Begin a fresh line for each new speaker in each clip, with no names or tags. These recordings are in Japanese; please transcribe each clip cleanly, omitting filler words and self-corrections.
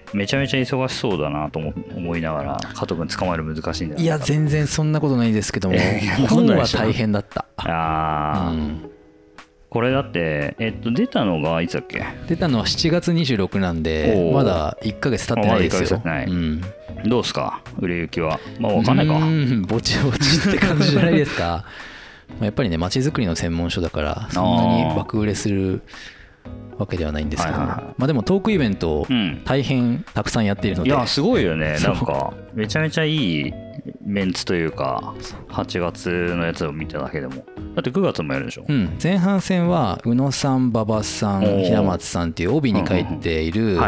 めちゃめちゃ忙しそうだなと思いながら、加藤君捕まえるの難しいんだよ。
いや全然そんなことないですけども、本は大変だった。
ああ、これだって出たのがいつだっけ？
出たのは7月26なんで、まだ1ヶ月経ってないですよ。
どうですか売れ行きは？まあ分かんないか。
ぼちぼちって感じじゃないですか。やっぱりね、街づくりの専門書だからそんなに爆売れするわけではないんですけど、まあでもトークイベント大変たくさんやっているので、
いやすごいよね。なんかめちゃめちゃいいメンツというか、8月のやつを見ただけでも、だって9月もやるでしょ。
前半戦は宇野さん、馬場さん、平松さんっていう帯に書いている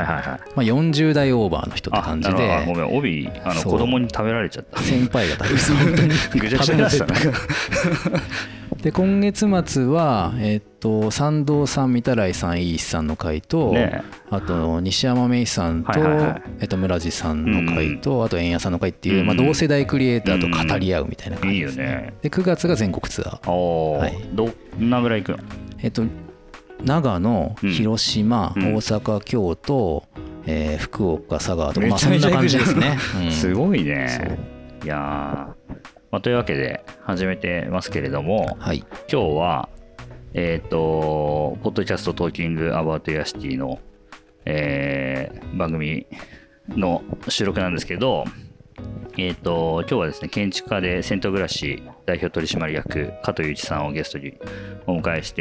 40代オーバーの人って感じで、
ごめん、帯子供に食べられちゃった。
先輩が食べ本当に
ぐちゃぐちゃになってたね。
で今月末は参道さん、御手洗さん、飯さんの会と、あと西山芽衣さんと村地さんの会と、あと円谷さんの会っていう、同世代クリエイターと語り合うみたいな感じですね。で9月が全国ツアー。
どんなぐらい行くの？
長野、広島、大阪、京都、福岡、佐賀とか、そんな感じですね。
すごいね。いやというわけで始めてますけれども、今日はポッドキャストトーキングアバウトヤシティの、番組の収録なんですけど、今日はですね、建築家で銭湯暮らし代表取締役加藤雄一さんをゲストにお迎えして、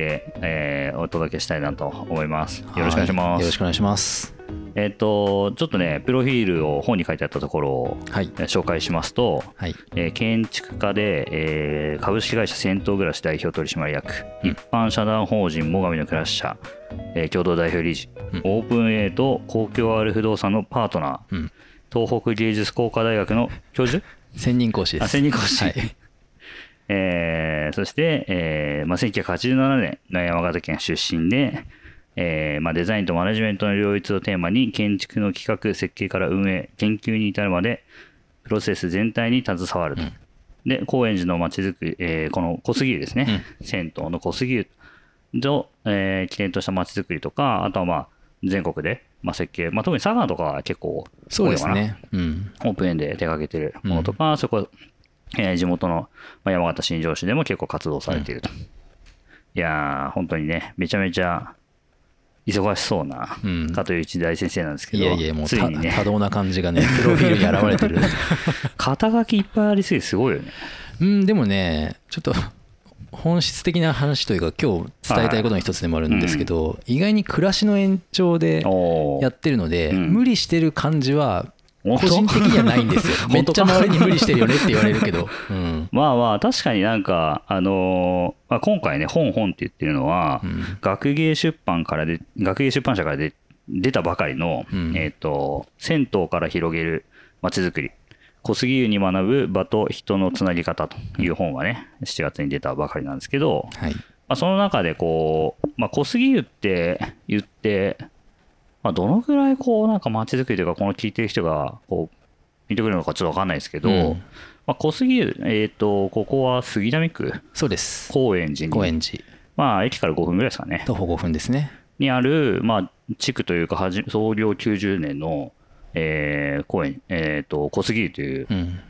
お届けしたいなと思います。よろしくお願いします。
よろしくお願いします。
ちょっとね、プロフィールを本に書いてあったところを紹介しますと、建築家で、株式会社銭湯暮らし代表取締役、一般社団法人最上の暮らし社、共同代表理事、オープン A と公共 R 不動産のパートナー、東北芸術工科大学の教授、
専任講師です。
専任講師、そして、1987年の山形県出身で、デザインとマネジメントの両立をテーマに建築の企画設計から運営研究に至るまでプロセス全体に携わると。で高円寺の街づくり、この小杉湯ですね、銭湯の小杉湯を、起点とした街づくりとか、あとは全国で、設計、特に佐賀とかは結構多いのかな。オープンエンで手掛けてるものとか、そこ、地元の山形新庄市でも結構活動されていると。いやー本当にね、めちゃめちゃ忙しそうな加藤雄一大先生なんですけど、
もうついにね、多動な感じがね、プロフィールに現れてる。
肩書きいっぱいありすぎてすごいよ
ね。でもね、ちょっと本質的な話というか、今日伝えたいことの一つでもあるんですけど、意外に暮らしの延長でやってるので、無理してる感じは個人的にはないんですよ。めっちゃ周りに無理してるよねって言われるけど、
確かになんか今回ね、本って言ってるのは、学芸出版社から出たばかりの、銭湯から広げるまちづくり、小杉湯に学ぶ場と人のつなぎ方という本がね、7月に出たばかりなんですけど、その中で小杉湯って言ってどのぐらいなんか街づくりというか、この聞いてる人が見てくれるのかちょっと分かんないですけど、小杉湯、ここは杉並区、
そうです、
高円寺に、駅から5分ぐらいですかね、
徒歩5分ですね
にある、地区というか創業90年の、小杉湯という、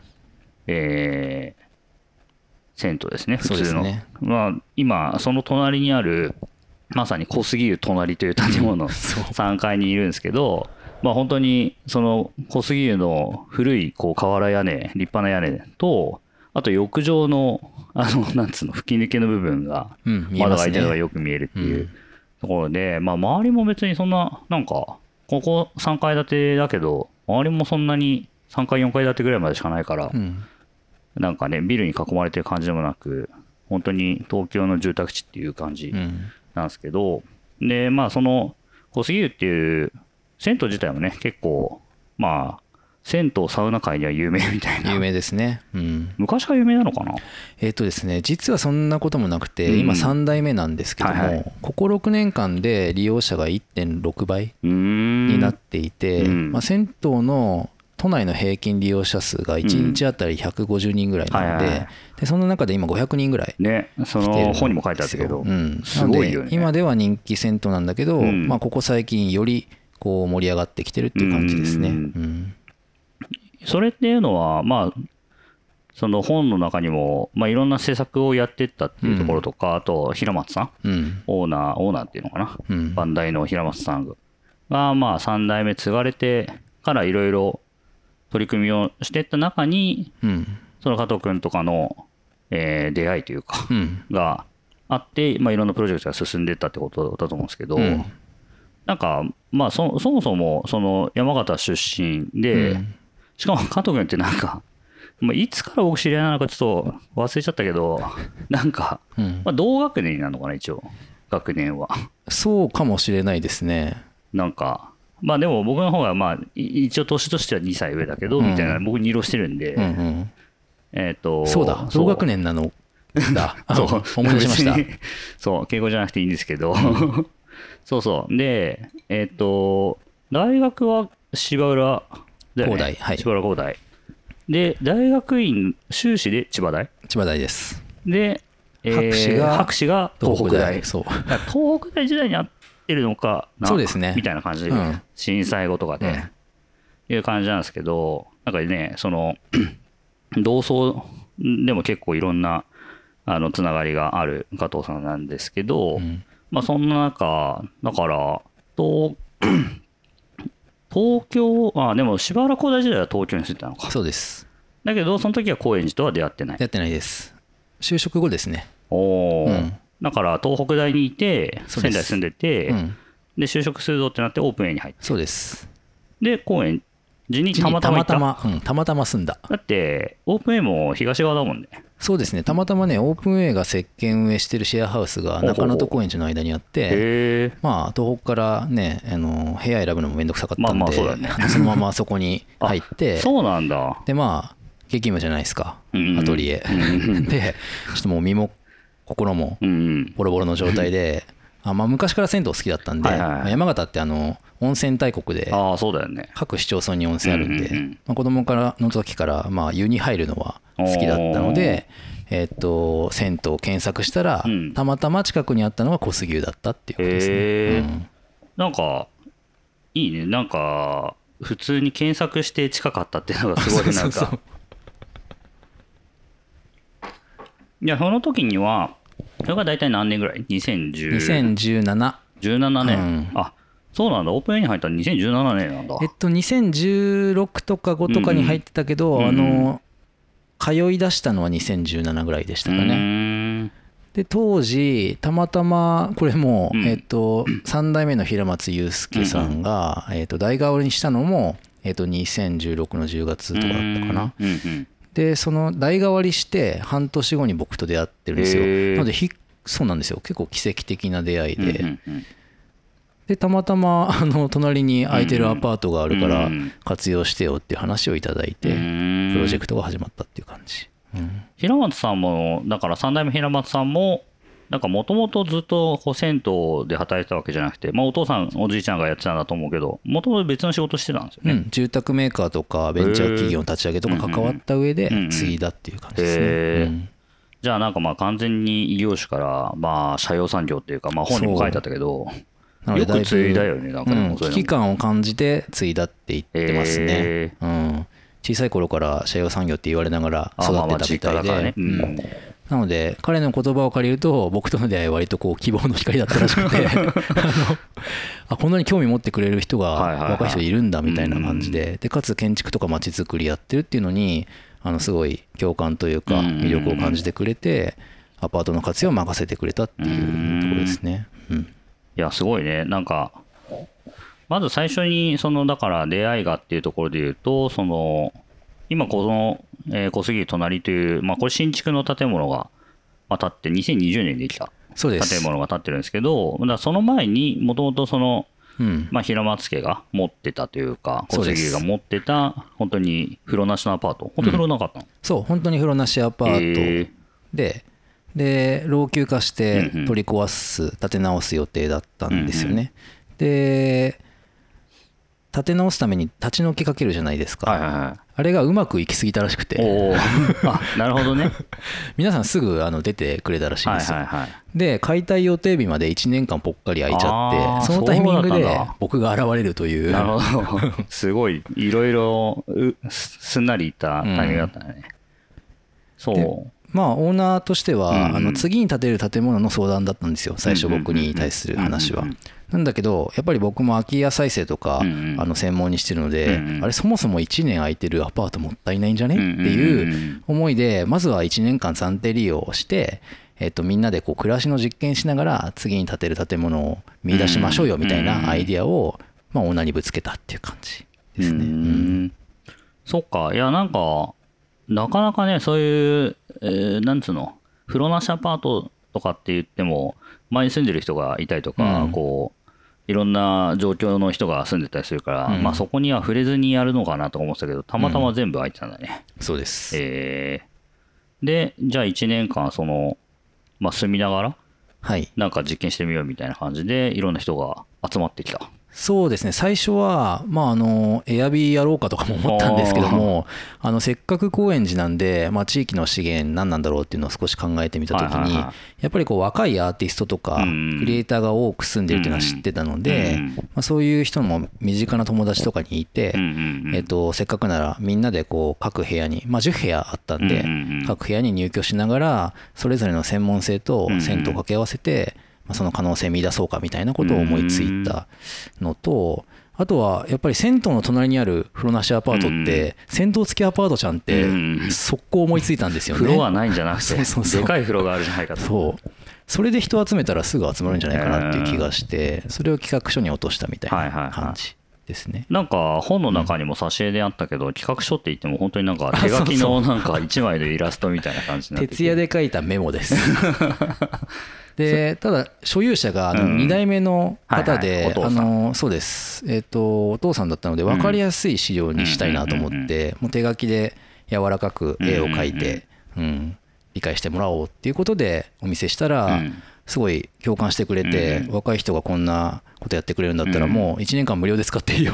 銭湯ですね、普通の。今その隣にあるまさに小杉湯隣という建物の3階にいるんですけど、本当にその小杉湯の古い瓦屋根、立派な屋根と、あと浴場の吹き抜けの部分が窓が開いてるのがよく見えるっていうところで、周りも別にそんな、なんかここ3階建てだけど、周りもそんなに3階4階建てぐらいまでしかないから、なんかね、ビルに囲まれてる感じでもなく、本当に東京の住宅地っていう感じなんですけど、でその小杉湯っていう銭湯自体もね、結構銭湯サウナ界には有名みたいな。
有名ですね。
昔から有名なのかな。
ですね、実はそんなこともなくて、今3代目なんですけども、ここ6年間で利用者が 1.6 倍になっていて、銭湯の都内の平均利用者数が1日あたり150人ぐらいなので、その中で今500人ぐらい
ね、その本にも書いてあったけど、すごいよね。
今では人気銭湯なんだけど、ここ最近よりこう盛り上がってきてるっていう感じですね。
それっていうのはまあその本の中にも、まあ、いろんな施策をやっていったっていうところとか、あと平松さん、オーナーっていうのかな、バンダイの平松さんがまあ3代目継がれてからいろいろ取り組みをしていった中に、その加藤君とかの、出会いというか、があって、まあ、いろんなプロジェクトが進んでいったってことだと思うんですけど、なんかまあそもそもその山形出身で、しかも加藤君ってなんかいつから僕知り合いなのかちょっと忘れちゃったけど、なんか、まあ、同学年になるのかな、一応、学年は。
そうかもしれないですね。
なんか、まあでも僕の方が、まあ、一応年としては2歳上だけど、みたいな、僕2浪してるんで、
そうだ、同学年なのだ。そう思い出しました。
そう、敬語じゃなくていいんですけど、そうそう。で、大学は芝浦だよね。
工大、はい。
芝浦工大。で、大学院修士で千葉大
です。
で、博士が東北大。そう。東北大時代にあってるのかな、
そうですね。
みたいな感じで、震災後とかで、いう感じなんですけど、なんかね、その、同窓でも結構いろんなつながりがある加藤さんなんですけど、まあそんな中、だから、東京、でも芝浦工大時代は東京に住んでたのか。
そうです。
だけど、その時は高円寺とは出会ってない。
出会ってないです。就職後ですね。
だから、東北大にいて、仙台住んでて、で、就職するぞってなって、オープン A に入って。
そうです。
で、高円寺にたまたま行った。
たまたま住んだ。
だって、オープン A も東側だもんね。
そうですね。たまたまね、オープン A が設計運営してるシェアハウスが中野と高円寺の間にあって、まあ、東北からね、部屋選ぶのもめんどくさかったんで、そのままそこに入って、
そうなんだ。
で、まあ、激務じゃないですか、アトリエ。で、ちょっともう身も心もボロボロの状態で、まあ、昔から銭湯好きだったんで、山形って温泉大国で、各市町村に温泉あるんで、まあ、子供からの時からまあ湯に入るのは好きだったので、銭湯を検索したら、たまたま近くにあったのが小杉湯だったっていうことですね。
なんかいいね。なんか普通に検索して近かったっていうのがすごいなんかいや、その時にはそれが大体何年ぐらい
?2017
年、あ、そうなんだ。オープン A に入ったの2017年なんだ。
2016とか5とかに入ってたけど、通い出したのは2017ぐらいでしたかね。で、当時たまたまこれも3代目の平松祐介さんが代替わりにしたのも2016の10月とかだったかな。で、その代替わりして半年後に僕と出会ってるんですよ。なのでそうなんですよ。結構奇跡的な出会いで。で、たまたま隣に空いてるアパートがあるから活用してよっていう話をいただいて、プロジェクトが始まったっていう感じ。
平松さんも、だから3代目平松さんも、なんかもともとずっと銭湯で働いてたわけじゃなくて、まあ、お父さんおじいちゃんがやってたんだと思うけど、もともと別の仕事してたんですよね。
住宅メーカーとかベンチャー企業の立ち上げとか関わった上で継いだっていう感じですね。
じゃあなんかまあ完全に異業種からまあ社用産業っていうか、まあ本にも書いてあったけど、よく継いだよね。なんか
危機感を感じて継いだって言ってますね。小さい頃から社用産業って言われながら育ってたみたいで、なので彼の言葉を借りると僕との出会いは割とこう希望の光だったらしくてこんなに興味持ってくれる人が若い人いるんだみたいな感じで、かつ建築とか街づくりやってるっていうのにすごい共感というか魅力を感じてくれて、アパートの活用を任せてくれたっていうところですね。
いや、すごいね。なんかまず最初にだから出会いがっていうところで言うと、今この小杉隣という、まあ、これ新築の建物が建って2020年にできた建物が建ってるんですけど、だその前にもともとまあ、平松家が持ってたというか、小杉が持ってた本当に風呂なしのアパート。本当に風呂なかったの？
そう本当に風呂なしアパートで老朽化して取り壊す建て直す予定だったんですよね。で建て直すために立ち退きかけるじゃないですか。ああれがうまくいきすぎたらしくて
なるほどね
皆さんすぐ出てくれたらしいんですよ、で解体予定日まで1年間ぽっかり空いちゃって、そのタイミングで僕が現れるという。
なるほどすごいいろいろすんなりいったタイミングだったね、そう
まあオーナーとしては次に建てる建物の相談だったんですよ、最初僕に対する話は。なんだけどやっぱり僕も空き家再生とか専門にしてるので、あれそもそも1年空いてるアパートもったいないんじゃねっていう思いで、まずは1年間暫定利用して、みんなでこう暮らしの実験しながら次に建てる建物を見出しましょうよみたいなアイディアをまあオーナーにぶつけたっていう感じですね。
そっか。いやなんかなかなかねそういう、なんつうの風呂なしアパートとかって言っても前に住んでる人がいたりとか、こういろんな状況の人が住んでたりするから、まあそこには触れずにやるのかなと思ってたけど、たまたま全部空いてたんだね。
そうです。
でじゃあ1年間そのまあ住みながらなんか実験してみようみたいな感じでいろんな人が集まってきた。
そうですね、最初はまあエアビーやろうかとかも思ったんですけども、せっかく高円寺なんで、まあ、地域の資源何なんだろうっていうのを少し考えてみた時に、やっぱりこう若いアーティストとかクリエイターが多く住んでるっていうのは知ってたので、まあ、そういう人も身近な友達とかにいて、せっかくならみんなでこう各部屋に、まあ、10部屋あったんで、各部屋に入居しながらそれぞれの専門性と銭湯を掛け合わせてその可能性見出そうかみたいなことを思いついたのと、あとはやっぱり銭湯の隣にある風呂なしアパートって銭湯付きアパートじゃんって速攻思いついたんですよね。
風呂はないんじゃなくてでかい風呂があるじゃないかと。
それで人を集めたらすぐ集まるんじゃないかなっていう気がして、それを企画書に落としたみたいな感じですね。
なんか本の中にも挿絵であったけど、企画書って言っても本当になんか手書きのなんか1枚のイラストみたいな感じになってて、
徹夜で書いたメモですでただ所有者が2代目の方で、そうです、お父さんだったので分かりやすい資料にしたいなと思って、もう手書きで柔らかく絵を描いて、理解してもらおうっていうことでお見せしたら、すごい共感してくれて、若い人がこんなことやってくれるんだったらもう1年間無料で使っていいよって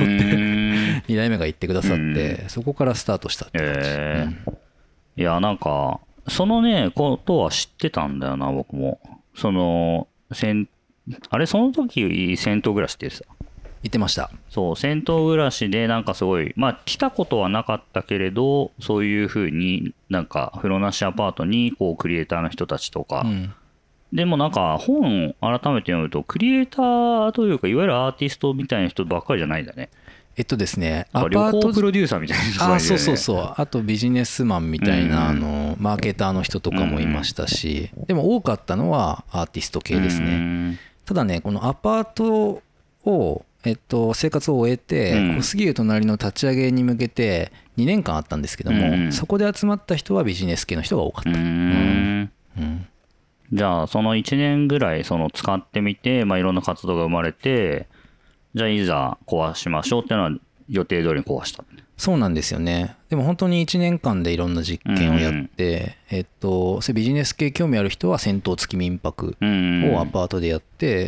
2代目が言ってくださって、そこからスタートしたって感じ。
いやなんかそのねことは知ってたんだよな僕も。そのあれその時銭湯暮らしって言
ってました。
そう銭湯暮らしでなんかすごいまあ来たことはなかったけれど、そういう風になんか風呂なしアパートにこうクリエイターの人たちとか、でもなんか本改めて読むとクリエイターというかいわゆるアーティストみたいな人ばっかりじゃないんだね。
ですね、
アパートプロデューサーみたいな人がいるよね。
そうあとビジネスマンみたいなマーケターの人とかもいましたし、でも多かったのはアーティスト系ですね。ただねこのアパートを生活を終えて小杉湯隣の立ち上げに向けて2年間あったんですけども、そこで集まった人はビジネス系の人が多かった。
じゃあその1年ぐらいその使ってみて、まあ、いろんな活動が生まれて、じゃあいざ壊しましょうっていうのは予定通りに壊した。
そうなんですよね。でも本当に1年間でいろんな実験をやって、そういうビジネス系興味ある人は銭湯付き民泊をアパートでやって、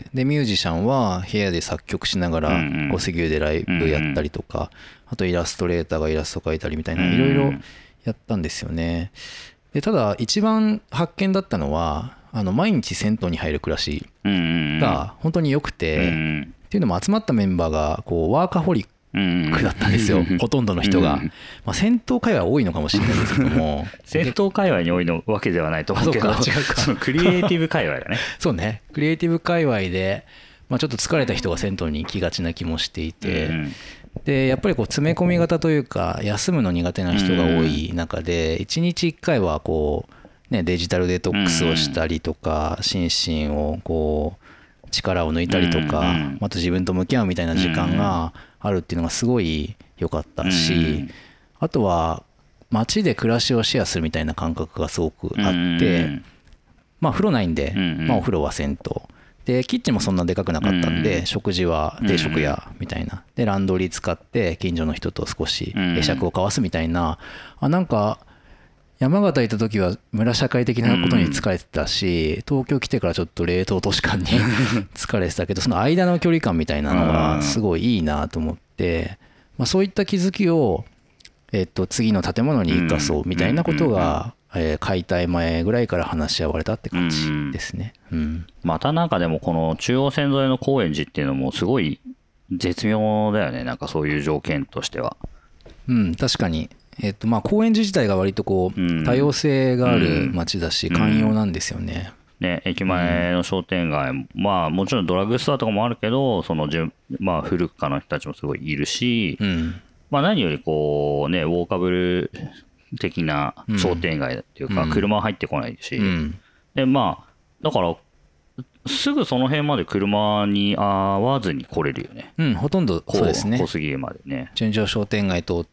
でミュージシャンは部屋で作曲しながら小杉湯でライブやったりとか、あとイラストレーターがイラスト描いたりみたいないろいろやったんですよね。でただ一番発見だったのは毎日銭湯に入る暮らしが本当に良くて、っていうのも集まったメンバーがこうワーカホリックだったんですよ、ほとんどの人が。まあ、銭湯界隈は多いのかもしれないですけども
銭湯界隈に多いのわけではないと思うけど、そのクリエイティブ界隈だね
そうね、クリエイティブ界隈で、まあ、ちょっと疲れた人が銭湯に行きがちな気もしていて、でやっぱりこう詰め込み型というか休むの苦手な人が多い中で、1日1回はこう、ね、デジタルデトックスをしたりとか、心身をこう力を抜いたりとか、また自分と向き合うみたいな時間があるっていうのがすごい良かったし、あとは街で暮らしをシェアするみたいな感覚がすごくあって、まあ風呂ないんで、まあお風呂は銭湯で、キッチンもそんなでかくなかったんで、食事は定食屋みたいなで、ランドリー使って近所の人と少し会釈を交わすみたいな、なんか山形行った時は村社会的なことに疲れてたし、東京来てからちょっと冷凍都市感に疲れてたけど、その間の距離感みたいなのがすごいいいなと思って、まあ、そういった気づきを次の建物に生かそうみたいなことが、解体前ぐらいから話し合われたって感じですね。
またなんかでもこの中央線沿いの高円寺っていうのもすごい絶妙だよね、なんかそういう条件としては。
確かに。高円寺自体が割とこう多様性がある街だし、寛容なんですよね。
駅前の商店街、まあもちろんドラッグストアとかもあるけど、まあ古くからの人たちもすごいいるし、まあ何よりこうね、ウォーカブル的な商店街っていうか、車は入ってこないし、でまあだからすぐその辺まで車に合わずに来れるよね。
ほとんどそうですね。
小杉湯までね。
純情商店街通って、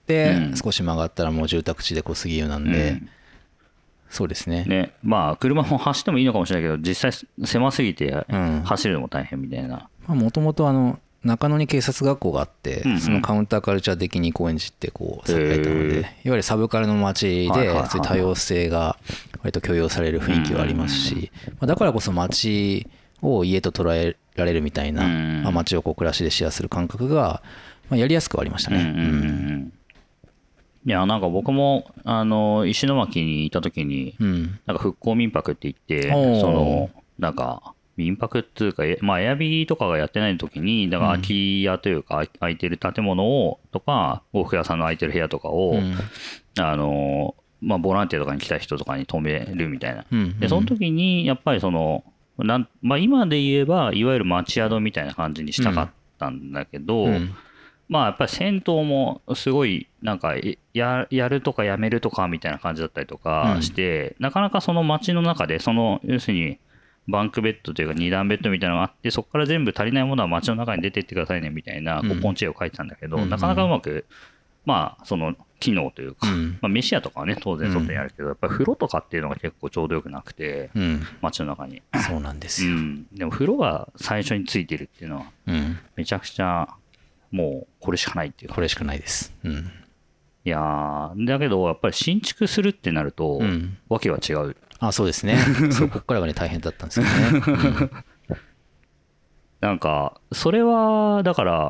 少し曲がったらもう住宅地で小杉湯なんで、そうですね。
まあ車も走ってもいいのかもしれないけど、実際狭すぎて走るのも大変みたいな。
もともと中野に警察学校があって、そのカウンターカルチャー的に高円寺ってこう栄えたので、いわゆるサブカルの街でそういう多様性が割と許容される雰囲気はありますし、だからこそ街を家と捉えられるみたいな、街をこう暮らしでシェアする感覚がやりやすくはありましたね。
いやなんか僕も石巻にいた時に、なんか復興民泊って言ってそのなんか民泊っていうか、まあエアビーとかがやってない時にだから空き家というか空いてる建物をとか呉服屋さんの空いてる部屋とかを、まあボランティアとかに来た人とかに泊めるみたいな。でその時にやっぱりそのまあ、今で言えばいわゆる町宿みたいな感じにしたかったんだけど、まあやっぱり銭湯もすごいなんかやるとかやめるとかみたいな感じだったりとかして、なかなかその町の中でその要するにバンクベッドというか2段ベッドみたいなのがあって、そこから全部足りないものは町の中に出てってくださいねみたいなこうポンチ絵を書いてたんだけど、なかなかうまくまあその機能というか、まあ飯屋とかはね当然外にあるけど、やっぱり風呂とかっていうのが結構ちょうどよくなくて、街の中に。
そうなんですよ。
でも風呂が最初についてるっていうのはめちゃくちゃもうこれしかないっていうか。
これしかないです。
いやだけどやっぱり新築するってなるとわけは違う。
そうですね。ここからがね大変だったんですよね。
なんかそれはだから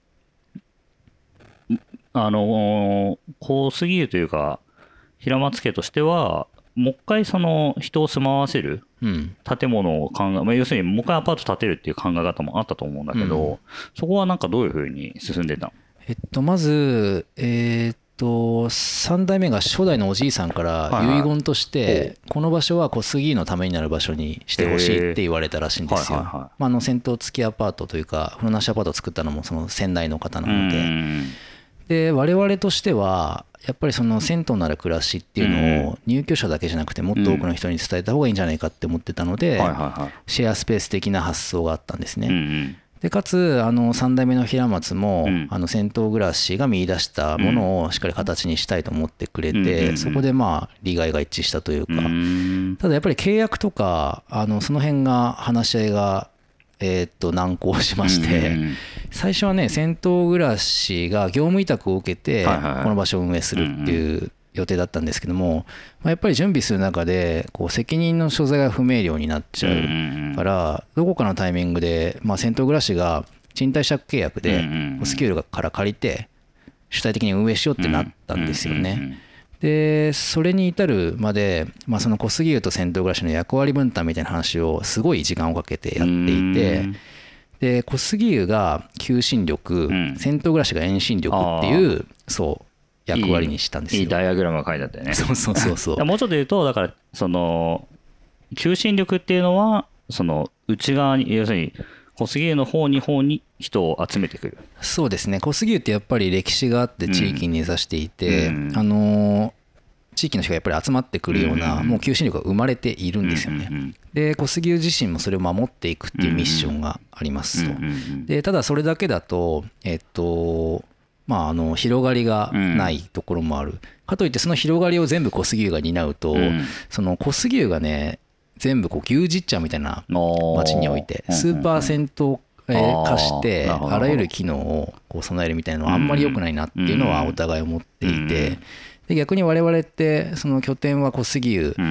小杉湯というか平松家としてはもう一回その人を住まわせる建物を考え、要するにもう一回アパート建てるっていう考え方もあったと思うんだけど、そこはなんかどういうふうに進んでた
の？まず3代目が初代のおじいさんから遺言としてこの場所は小杉湯のためになる場所にしてほしいって言われたらしいんですよ。銭湯付きアパートというか風呂なしアパートを作ったのもその先代の方なので、我々としてはやっぱりその銭湯なら暮らしっていうのを入居者だけじゃなくてもっと多くの人に伝えた方がいいんじゃないかって思ってたので、シェアスペース的な発想があったんですね。でかつ3代目の平松も銭湯暮らしが見出したものをしっかり形にしたいと思ってくれて、そこでまあ利害が一致したというか、ただやっぱり契約とかその辺が話し合いが難航しまして、最初はね銭湯暮らしが業務委託を受けてこの場所を運営するっていう予定だったんですけども、やっぱり準備する中でこう責任の所在が不明瞭になっちゃうから、どこかのタイミングで銭湯暮らしが賃貸借契約でスキルから借りて主体的に運営しようってなったんですよね。でそれに至るまで、その小杉湯と銭湯暮らしの役割分担みたいな話をすごい時間をかけてやっていて、で小杉湯が求心力、銭湯暮らしが遠心力っていう役割にしたんですよ。
いいダイアグラムが書いてあったよね。
そう
もうちょっと言うとだからその求心力っていうのはその内側に要するに小杉湯の方に人を集めてくる。
そうですね。小杉湯ってやっぱり歴史があって地域に根ざしていて、地域の人がやっぱり集まってくるようなもう求心力が生まれているんですよね。で小杉湯自身もそれを守っていくっていうミッションがありますと。でただそれだけだと広がりがないところもある。かといってその広がりを全部小杉湯が担うと、その小杉湯がね全部こう牛耳っちゃうみたいな街においてスーパー銭湯化してあらゆる機能をこう備えるみたいなのはあんまり良くないなっていうのはお互い思っていて、で逆に我々ってその拠点は小杉湯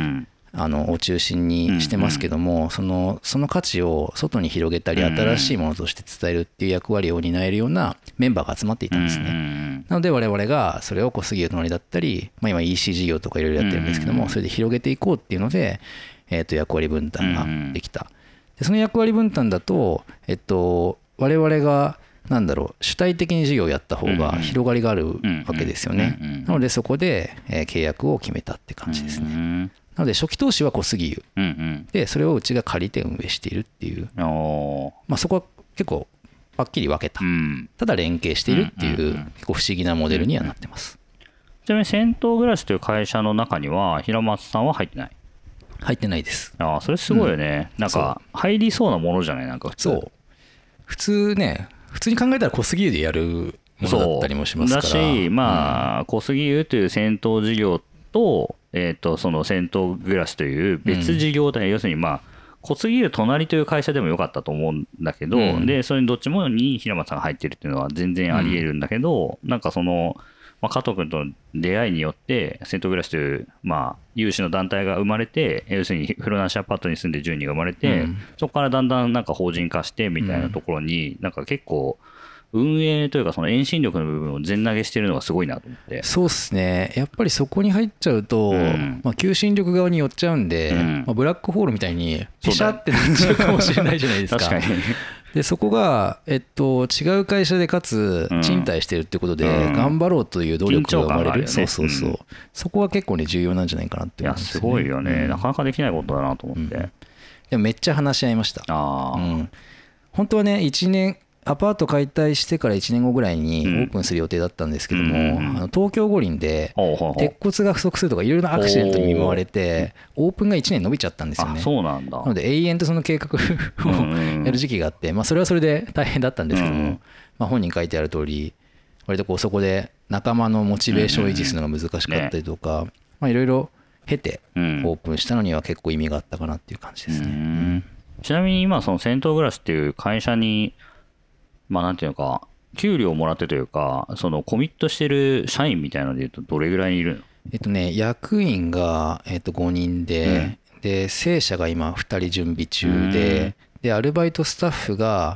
を中心にしてますけども、その価値を外に広げたり新しいものとして伝えるっていう役割を担えるようなメンバーが集まっていたんですね。なので我々がそれを小杉湯隣だったり、今 EC 事業とかいろいろやってるんですけども、それで広げていこうっていうので、役割分担ができた。でその役割分担だと、我々が主体的に事業をやった方が広がりがあるわけですよね。なのでそこで契約を決めたって感じですね。なので初期投資は小杉湯で、それをうちが借りて運営しているっていう、そこは結構はっきり分けた、ただ連携しているっていう結構不思議なモデルにはなってます。
ちなみに銭湯暮らしという会社の中には平松さんは入ってない？
入ってないです。
それすごいよね。なんか入りそうなものじゃない？なんか
普通に考えたら小杉湯でやるものだったりもしますから。
だし、小杉湯という銭湯事業と、その銭湯暮らしという別事業体、要するに小杉湯隣という会社でもよかったと思うんだけど、でそれにどっちもに平松さんが入ってるっていうのは全然あり得るんだけど、なんかその加藤君との出会いによって銭湯暮らしという有志の団体が生まれて、要するに風呂なしアパートに住んで10人が生まれて、そこからだんだんなんか法人化してみたいなところに、なんか結構運営というかその遠心力の部分を全投げしてるのがすごいなと思って。
そうですね。やっぱりそこに入っちゃうと、求心力側に寄っちゃうんで、ブラックホールみたいにピシャってなっちゃうかもしれないじゃないですか。
確かに。
でそこが、違う会社でかつ賃貸してるってことで、頑張ろうという努力が生まれる、そこは結構ね重要なんじゃないかなって思いますね。
すごいよね、なかなかできないことだなと思って、
でもめっちゃ話し合いました。本当はね1年アパート解体してから1年後ぐらいにオープンする予定だったんですけども、東京五輪で鉄骨が不足するとかいろいろなアクシデントに見舞われてオープンが1年延びちゃったんですよね。
そうなんだ。
なので永遠とその計画をやる時期があって、それはそれで大変だったんですけども、本人書いてある通り割とそこで仲間のモチベーションを維持するのが難しかったりとか、いろいろ経てオープンしたのには結構意味があったかなっていう感じですね。
ちなみに今その銭湯暮らしっていう会社になんていうのか給料をもらってというか、そのコミットしてる社員みたいなのでいうとどれぐらいいるの？
役員が5人で、で正社が今2人準備中で、アルバイトスタッフが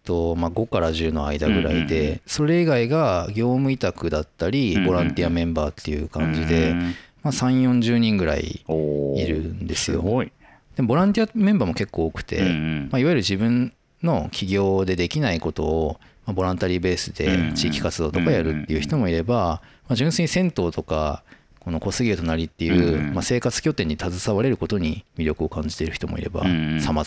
5から10の間ぐらいで、それ以外が業務委託だったりボランティアメンバーっていう感じで、3、40人ぐらいいるんですよ。でボランティアメンバーも結構多くて、いわゆる自分の企業でできないことをボランタリーベースで地域活動とかやるっていう人もいれば、純粋に銭湯とかこの小杉湯隣っていう生活拠点に携われることに魅力を感じている人もいれば様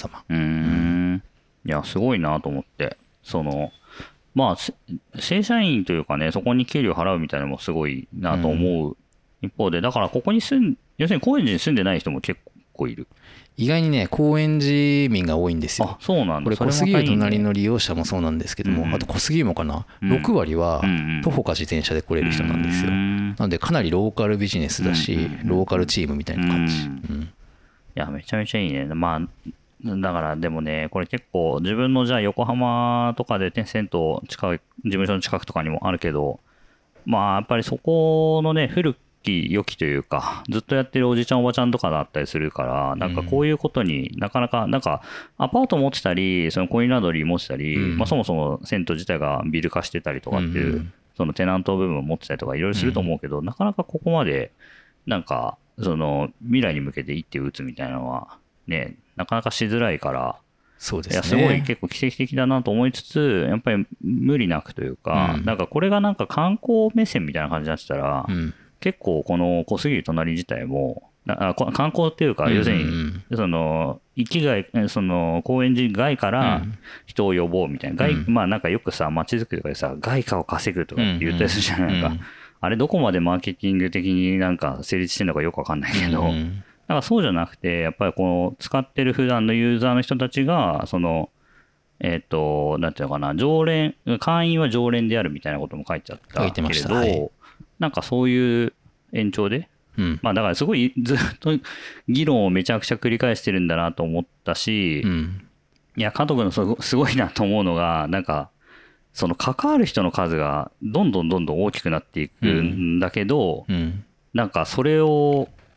々。
いやすごいなと思って、その正社員というかね、そこに給料払うみたいなのもすごいなと思う一方で、だからここに要するに高円寺に住んでない人も結構いる。
意外にね高円寺民が多いんですよ。
そうなんだ。
これ小杉湯隣の利用者もそうなんですけども、あと小杉湯もかな、6割は徒歩か自転車で来れる人なんですよ。なのでかなりローカルビジネスだし、ローカルチームみたいな感じ。い
やめちゃめちゃいいね。だからでもね、これ結構自分のじゃあ横浜とかで銭湯近い事務所の近くとかにもあるけど、やっぱりそこのね古き良きというかずっとやってるおじちゃんおばちゃんとかだったりするから、なんかこういうことになかなかなんかアパート持ってたりそのコインランドリー持ってたり、そもそも銭湯自体がビル化してたりとかっていうそのテナント部分を持ってたりとかいろいろすると思うけど、なかなかここまでなんかその未来に向けて一手打つみたいなのはねなかなかしづらいから、
そうですね、
すごい結構奇跡的だなと思いつつ、やっぱり無理なくというか、なんかこれがなんか観光目線みたいな感じになってたら、結構この小杉湯隣自体も観光っていうか、要するにその域外、その高円寺外から人を呼ぼうみたいな、なんかよくさ街づくりとかでさ外貨を稼ぐとかって言ったりするじゃないか、あれどこまでマーケティング的になんか成立してるのかよくわかんないけど、だからそうじゃなくてやっぱりこの使ってる普段のユーザーの人たちがそのなんていうのかな、会員は常連であるみたいなことも書いてあったけれど、なんかそういう延長で、だからすごいずっと議論をめちゃくちゃ繰り返してるんだなと思ったし、いや加藤君のすごいなと思うのが、なんかその関わる人の数がどんどん大きくなっていくんだけど、なんかそれを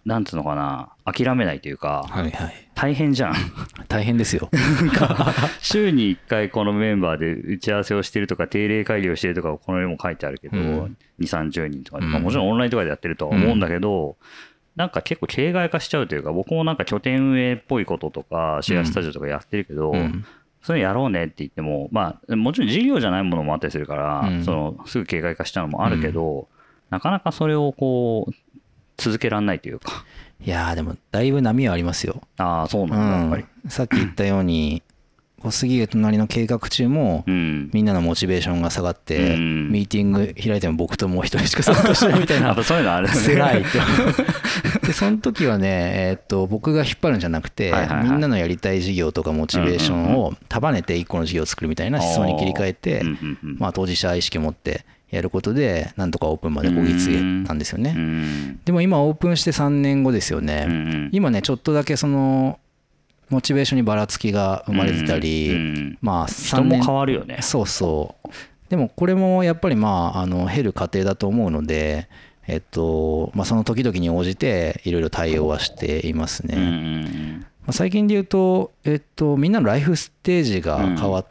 なんつうのかな、諦めないというか、
はいはい、
大変じゃん。
大変ですよ。
週に1回このメンバーで打ち合わせをしてるとか定例会議をしてるとかこの世も書いてあるけど、2、30人とかで、もちろんオンラインとかでやってるとは思うんだけど、なんか結構形骸化しちゃうというか、僕もなんか拠点運営っぽいこととかシェアスタジオとかやってるけど、それやろうねって言っても、まあもちろん事業じゃないものもあったりするから、すぐ形骸化しちゃうのもあるけど、なかなかそれをこう続けられないというか。
いやーでもだいぶ波はありますよ。
ああそうなんだ、やっぱり。
さっき言ったように小杉湯隣の計画中も、みんなのモチベーションが下がって、ミーティング開いても僕ともう一人しか参加しないみたいな。
やっぱそういうのあるね。
辛いと。でその時はね、僕が引っ張るんじゃなくて、みんなのやりたい事業とかモチベーションを束ねて一個の事業を作るみたいな思想に切り替えて、まあ当事者意識を持ってやることでなんとかオープンまでこぎつげたんですよね。でも今オープンして3年後ですよね。今ねちょっとだけそのモチベーションにばらつきが生まれてたり、まあ
人も変わるよね。
そうそう。でもこれもやっぱりまあ減る過程だと思うので、まあその時々に応じていろいろ対応はしていますね。最近で言うとみんなのライフステージが変わって、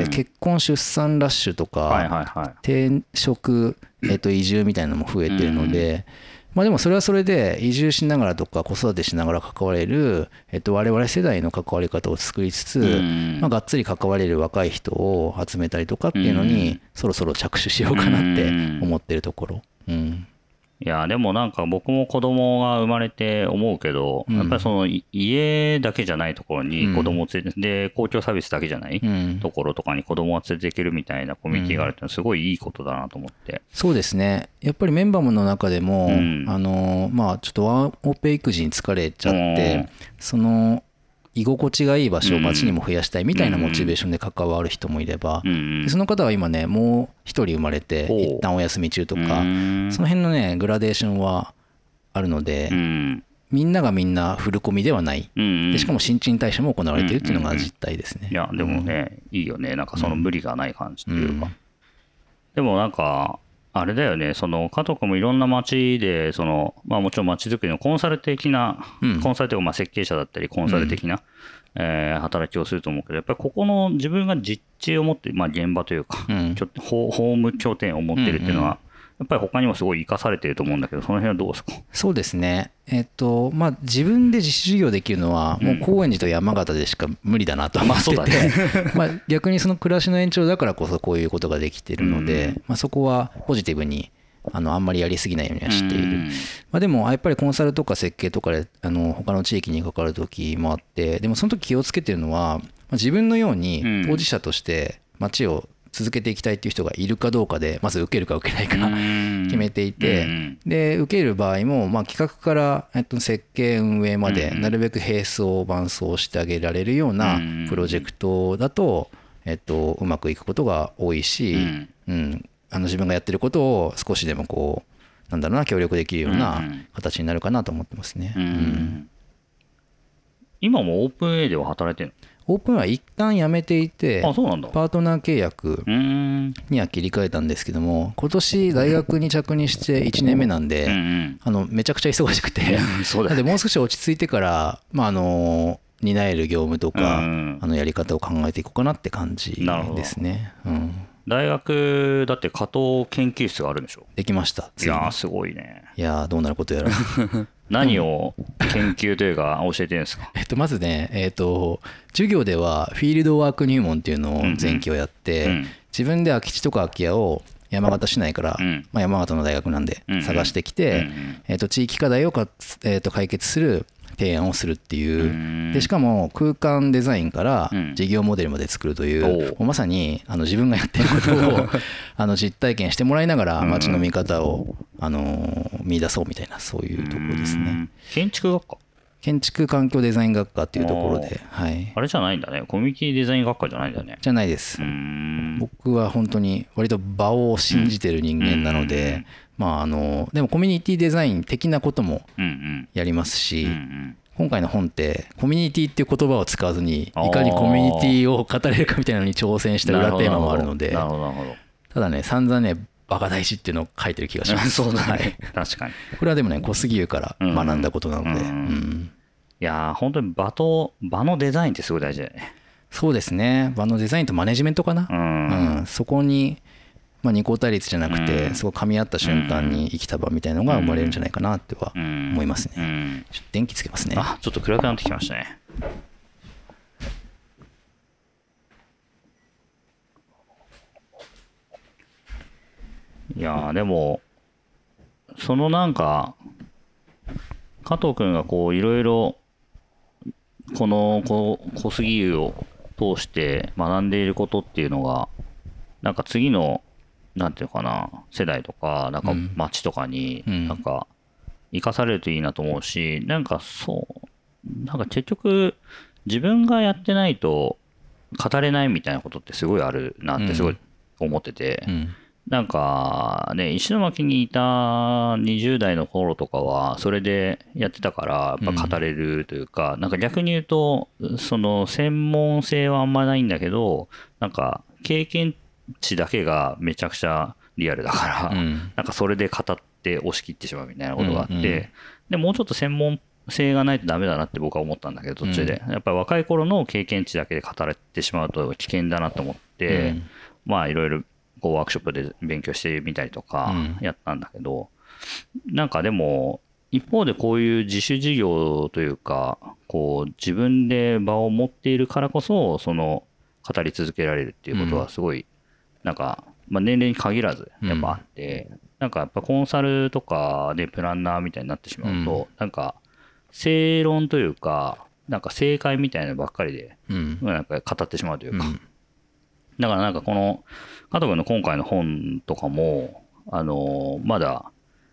結婚出産ラッシュとか転職移住みたいなのも増えてるので。まあでもそれはそれで移住しながらとか子育てしながら関われる我々世代の関わり方を作りつつ、まあがっつり関われる若い人を集めたりとかっていうのにそろそろ着手しようかなって思ってるところ。
いやでもなんか僕も子供が生まれて思うけど、やっぱりその家だけじゃないところに子供を連れて、で公共サービスだけじゃないところとかに子供を連れていけるみたいなコミュニティがあるってのはすごいいいことだなと思って。
そうですね。やっぱりメンバーの中でも、まあちょっとワンオペ育児に疲れちゃって、その居心地がいい場所を街にも増やしたいみたいなモチベーションで関わる人もいれば、その方は今ねもう一人生まれて一旦お休み中とか、その辺のねグラデーションはあるので、みんながみんなフルコミではない、でしかも新陳代謝も行われているっていうのが実態ですね。
いやでもね、いいよね、なんかその無理がない感じというか。でもなんかあれだよね、その加藤君もいろんな街でその、まあ、もちろん街づくりのコンサル的な、コンサルというかまあ設計者だったりコンサル的な、働きをすると思うけど、やっぱりここの自分が実地を持ってる、まあ、現場というか、ホーム拠点を持ってるっていうのは、やっぱり他にもすごい生かされてると思うんだけど、その辺はどうですか？
そうですね。まあ自分で自主事業できるのはもう高円寺と山形でしか無理だなと思ってて、まあ逆にその暮らしの延長だからこそこういうことができてるので、まあそこはポジティブにあんまりやりすぎないようにはしている。まあでもやっぱりコンサルとか設計とかで他の地域に関わる時もあって、でもその時気をつけてるのは、自分のように当事者として街を続けていきたいっていう人がいるかどうかでまず受けるか受けないか決めていて、で受ける場合もまあ企画から設計運営までなるべく並走伴走してあげられるようなプロジェクトだとうまくいくことが多いし、自分がやってることを少しでもこうなんだろうな協力できるような形になるかなと思ってますね。
今もオープン A では働いてるの？
オープンは一旦辞めていて、
あ、そうなんだ。
パートナー契約には切り替えたんですけども、今年大学に着任して1年目なんで、めちゃくちゃ忙しくて、でもう少し落ち着いてから、まあ担える業務とか、やり方を考えていこうかなって感じですね。
大学だって加藤研究室があるんでしょ？で
きました。
いやーすごいね。
いやーどうなることやら。
何を研究というか教えてるんですか？
まずね、授業ではフィールドワーク入門っていうのを前期をやって、自分で空き地とか空き家を山形市内から、まあ、山形の大学なんで探してきて、地域課題を解決する提案をするっていう。でしかも空間デザインから事業モデルまで作るという、まさに自分がやってることを実体験してもらいながら街の見方を見出そうみたいな、そういうところですね。
建築学科？
建築環境デザイン学科っていうところで、
あれじゃないんだね。コミュニティデザイン学科じゃないんだね。
じゃないです。僕は本当に割と場を信じてる人間なので、まあでもコミュニティデザイン的なこともやりますし、今回の本ってコミュニティっていう言葉を使わずにいかにコミュニティを語れるかみたいなのに挑戦した裏テーマもあるので、ただね散々ね場が大事っていうのを書いてる気がします。
そうだね、確かに。
これはでもね、小杉湯から学んだことなので、
いやー本当に場のデザインってすごい大事だよね。
そうですね、場のデザインとマネジメントかな、そこに、二項対立じゃなくて、すごい噛み合った瞬間に生きた場みたいなのが生まれるんじゃないかなっては思いますね。ちょっと電気つけますね。
ちょっと暗くなってきましたね。いやでもそのなんか加藤君がこういろいろこの小杉湯を通して学んでいることっていうのがなんか次のなんていうかな世代とかなんか町とかになんか生かされるといいなと思うし、なんかなんか結局自分がやってないと語れないみたいなことってすごいあるなってすごい思ってて、なんかね、石巻にいた20代の頃とかはそれでやってたからやっぱ語れるというか、なんか逆に言うとその専門性はあんまないんだけど、なんか経験値だけがめちゃくちゃリアルだから、なんかそれで語って押し切ってしまうみたいなことがあって、でもうちょっと専門性がないとダメだなって僕は思ったんだけど、途中でやっぱり若い頃の経験値だけで語れてしまうと危険だなと思って、まあいろいろこうワークショップで勉強してみたりとかやったんだけど、なんかでも一方でこういう自主事業というかこう自分で場を持っているからこそその語り続けられるっていうことはすごいなんか年齢に限らずやっぱあって、なんかやっぱコンサルとかでプランナーみたいになってしまうとなんか正論というかなんか正解みたいなのばっかりでなんか語ってしまうというか、だからなんかこの加藤君の今回の本とかもまだ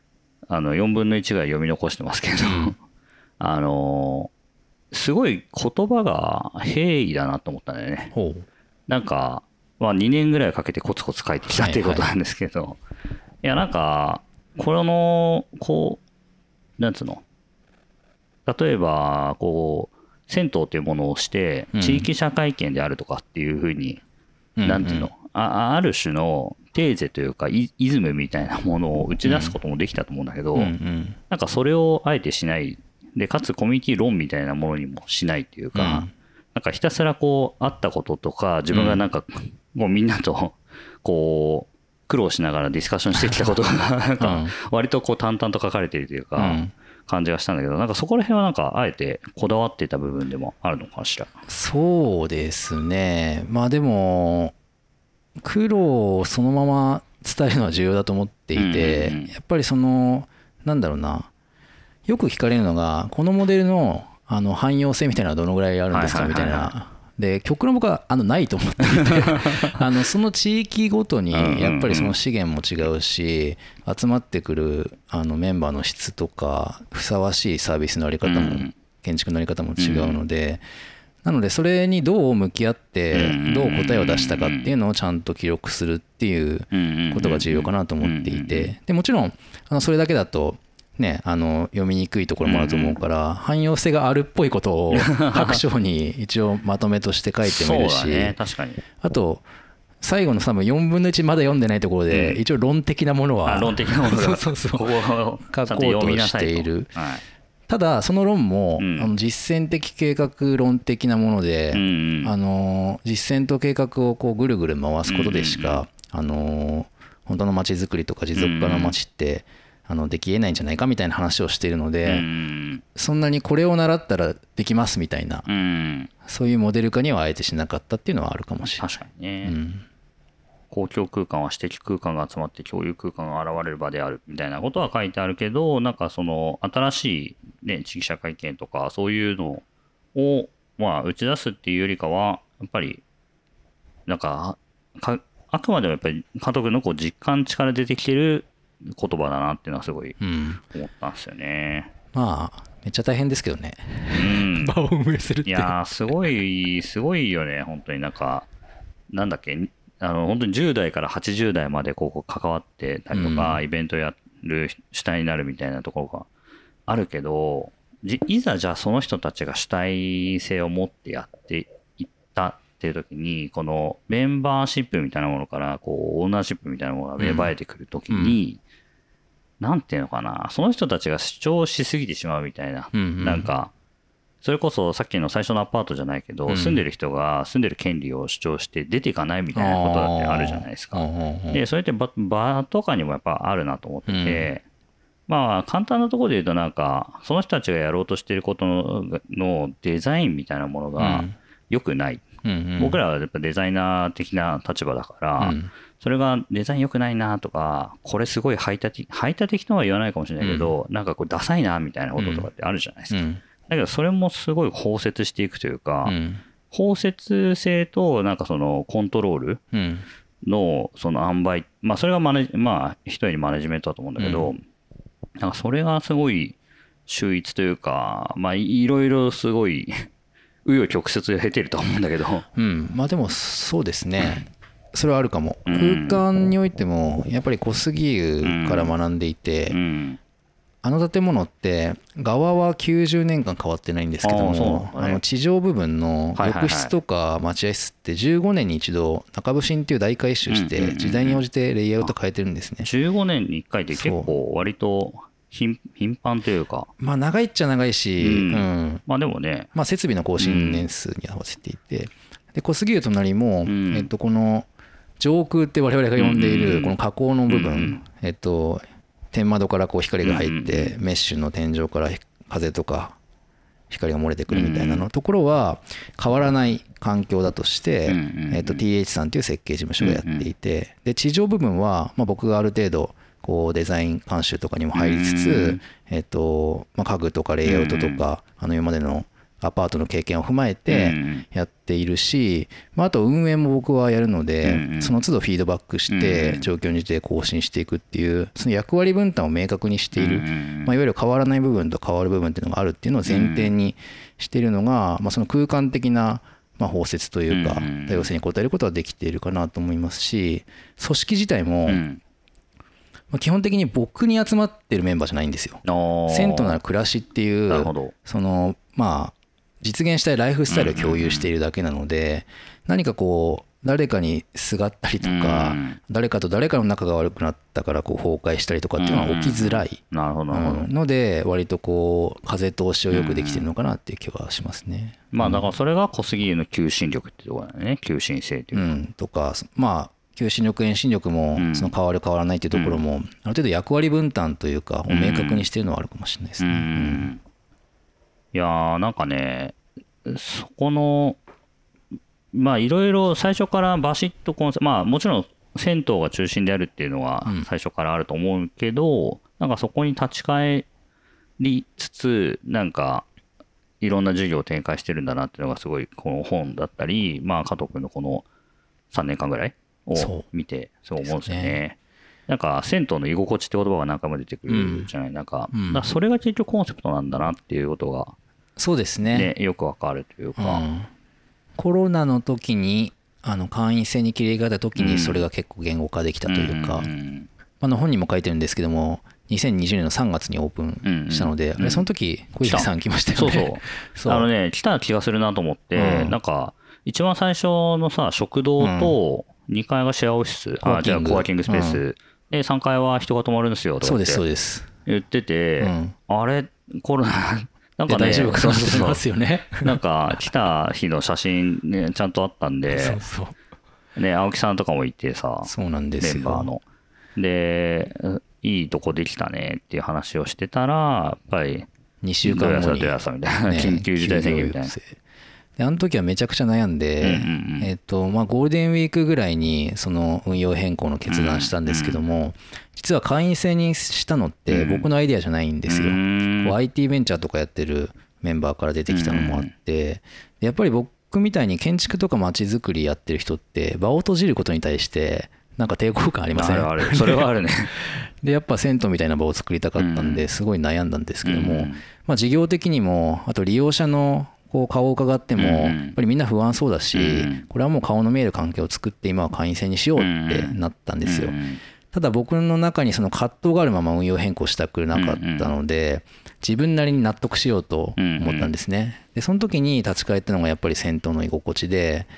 4分の1ぐらい読み残してますけどすごい言葉が平易だなと思ったんだよね。なんか2年ぐらいかけてコツコツ書いてきたっていうことなんですけど、いやなんかこのこうなんつうの、例えばこう銭湯というものをして地域社会権であるとかっていうふうになんていうの、ある種のテーゼというかイズムみたいなものを打ち出すこともできたと思うんだけど、なんかそれをあえてしないで、かつコミュニティ論みたいなものにもしないというか、なんかひたすらこうあったこととか自分がなんかもうみんなとこう苦労しながらディスカッションしてきたことがなんか割とこう淡々と書かれているというか感じがしたんだけど、なんかそこら辺はなんかあえてこだわっていた部分でもあるのかしら。
そうですね、まあでも苦労をそのまま伝えるのは重要だと思っていて、やっぱりそのなんだろうな、よく聞かれるのがこのモデルの汎用性みたいなのはどのぐらいあるんですかみたいな。で極論僕はないと思っていてその地域ごとにやっぱりその資源も違うし、集まってくるメンバーの質とかふさわしいサービスの在り方も建築の在り方も違うので、なのでそれにどう向き合ってどう答えを出したかっていうのをちゃんと記録するっていうことが重要かなと思っていて、でもちろんそれだけだとね、読みにくいところもあると思うから、汎用性があるっぽいことを各章に一応まとめとして書いてもいるし、あと最後の多分4分の1まだ読んでないところで一応論的なものは
論的なものが
書こうとしている。ただその論も実践的計画論的なもので、実践と計画をこうぐるぐる回すことでしか本当の街づくりとか持続可能な街ってできえないんじゃないかみたいな話をしているので、そんなにこれを習ったらできますみたいな、そういうモデル化にはあえてしなかったっていうのはあるかもしれない。
確かにね、公共空間は私的空間が集まって共有空間が現れる場であるみたいなことは書いてあるけど、なんかその新しい、ね、地域社会権とかそういうのを打ち出すっていうよりかはやっぱりなんかあくまでもやっぱり加藤君のこう実感値から出てきてる言葉だなっていうのはすごい思ったんですよね。
まあめっちゃ大変ですけどね、場を運営するって。
いやすごいよね本当に。なんかなんだっけ、本当に10代から80代までこう関わってたりとか、イベントやる主体になるみたいなところがあるけど、いざじゃあその人たちが主体性を持ってやっていったっってる時にこのメンバーシップみたいなものからこうオーナーシップみたいなものが芽生えてくる時に、なんていうのかな、その人たちが主張しすぎてしまうみたいな、なんかそれこそさっきの最初のアパートじゃないけど、住んでる人が住んでる権利を主張して出ていかないみたいなことだってあるじゃないですか。でそれって場とかにもやっぱあるなと思ってて、まあ簡単なところで言うとなんかその人たちがやろうとしていることのデザインみたいなものが良くない、僕らはやっぱデザイナー的な立場だから、それがデザイン良くないなとか、これすごい排他的とは言わないかもしれないけど、なんかこうダサいなみたいなこととかってあるじゃないですか。だけどそれもすごい包摂していくというか、包摂性となんかそのコントロールのその塩梅、まあそれがまあ一重にマネジメントだと思うんだけど、なんかそれがすごい秀逸というか、まあいろいろすごい紆余曲折経てると思うんだけど、
まあでもそうですね、それはあるかも。空間においてもやっぱり小杉湯から学んでいて、あの建物って側は90年間変わってないんですけども、地上部分の浴室とか待合室って15年に一度中部新っていう大改修して時代に応じてレイアウト変えてるんですね。
15年に1回って結構割と頻繁というか、
まあ長いっちゃ長いし、
まあでもね、
まあ設備の更新年数に合わせていて、で小杉湯隣もこの上空って我々が呼んでいるこの火口の部分、天窓からこう光が入ってメッシュの天井から風とか光が漏れてくるみたいなのところは変わらない環境だとして TH さんという設計事務所がやっていて、で地上部分はまあ僕がある程度こうデザイン監修とかにも入りつつまあ家具とかレイアウトとか今までのアパートの経験を踏まえてやっているし、まあ、あと運営も僕はやるので、その都度フィードバックして状況に応じて更新していくっていうその役割分担を明確にしている、まあ、いわゆる変わらない部分と変わる部分っていうのがあるっていうのを前提にしているのが、まあ、その空間的なまあ包摂というか多様性に応えることはできているかなと思いますし、組織自体も基本的に僕に集まってるメンバーじゃないんですよ。銭湯なら暮らしっていうそのまあ実現したいライフスタイルを共有しているだけなので、何かこう誰かにすがったりとか、誰かと誰かの仲が悪くなったからこう崩壊したりとかっていうのは起きづらいので、割とこう風通しをよくできてるのかなっていう気はしますね。
まあだからそれが小杉湯の求心力ってところだよね。求心性というか、
とかまあ求心力遠心力もその変わる変わらないっていうところもある程度役割分担というかを明確にしてるのはあるかもしれないですね。
いやーなんかね、そこのまあいろいろ最初からバシッとまあもちろん銭湯が中心であるっていうのは最初からあると思うけど、なんかそこに立ち返りつつなんかいろんな事業を展開してるんだなっていうのがすごいこの本だったり、まあ加藤君のこの3年間ぐらいを見てそう思うんですよね。なんか銭湯の居心地って言葉が何回も出てくるじゃない、なんか、それが結局コンセプトなんだなっていうことが、
そうですね、
よくわかるというか、
コロナの時に会員制に切り替えた時にそれが結構言語化できたというか、本にも書いてるんですけども2020年の3月にオープンしたので、あれその時小池さん来ましたよね。
そう来た気がするなと思って、なんか一番最初のさ食堂と2階がシェアオフィス、じゃあコワーキングスペースで3階は人が泊まるんですよとかって言ってて、あれコロナなんかね、
大丈夫かなと思いますよね。
なんか来た日の写真ねちゃんとあったんで、ね、青木さんとかもいてさ、
そうなんですよ、
メンバーのでいいとこできたねっていう話をしてたら、やっぱり
2週間後に
ドヤサみたいな、緊急事態宣言みたいな。
であの時はめちゃくちゃ悩んで、まあ、ゴールデンウィークぐらいにその運用変更の決断したんですけども、実は会員制にしたのって僕のアイデアじゃないんですよ。IT ベンチャーとかやってるメンバーから出てきたのもあって、やっぱり僕みたいに建築とか街づくりやってる人って場を閉じることに対してなんか抵抗感ありません？
あるそれはあるね。
でやっぱ銭湯みたいな場を作りたかったんですごい悩んだんですけども、まあ、事業的にもあと利用者のこう顔を伺ってもやっぱりみんな不安そうだし、これはもう顔の見える関係を作って今は会員制にしようってなったんですよ。ただ僕の中にその葛藤があるまま運用変更したくなかったので、自分なりに納得しようと思ったんですね。でその時に立ち返ったのがやっぱり銭湯の居心地で、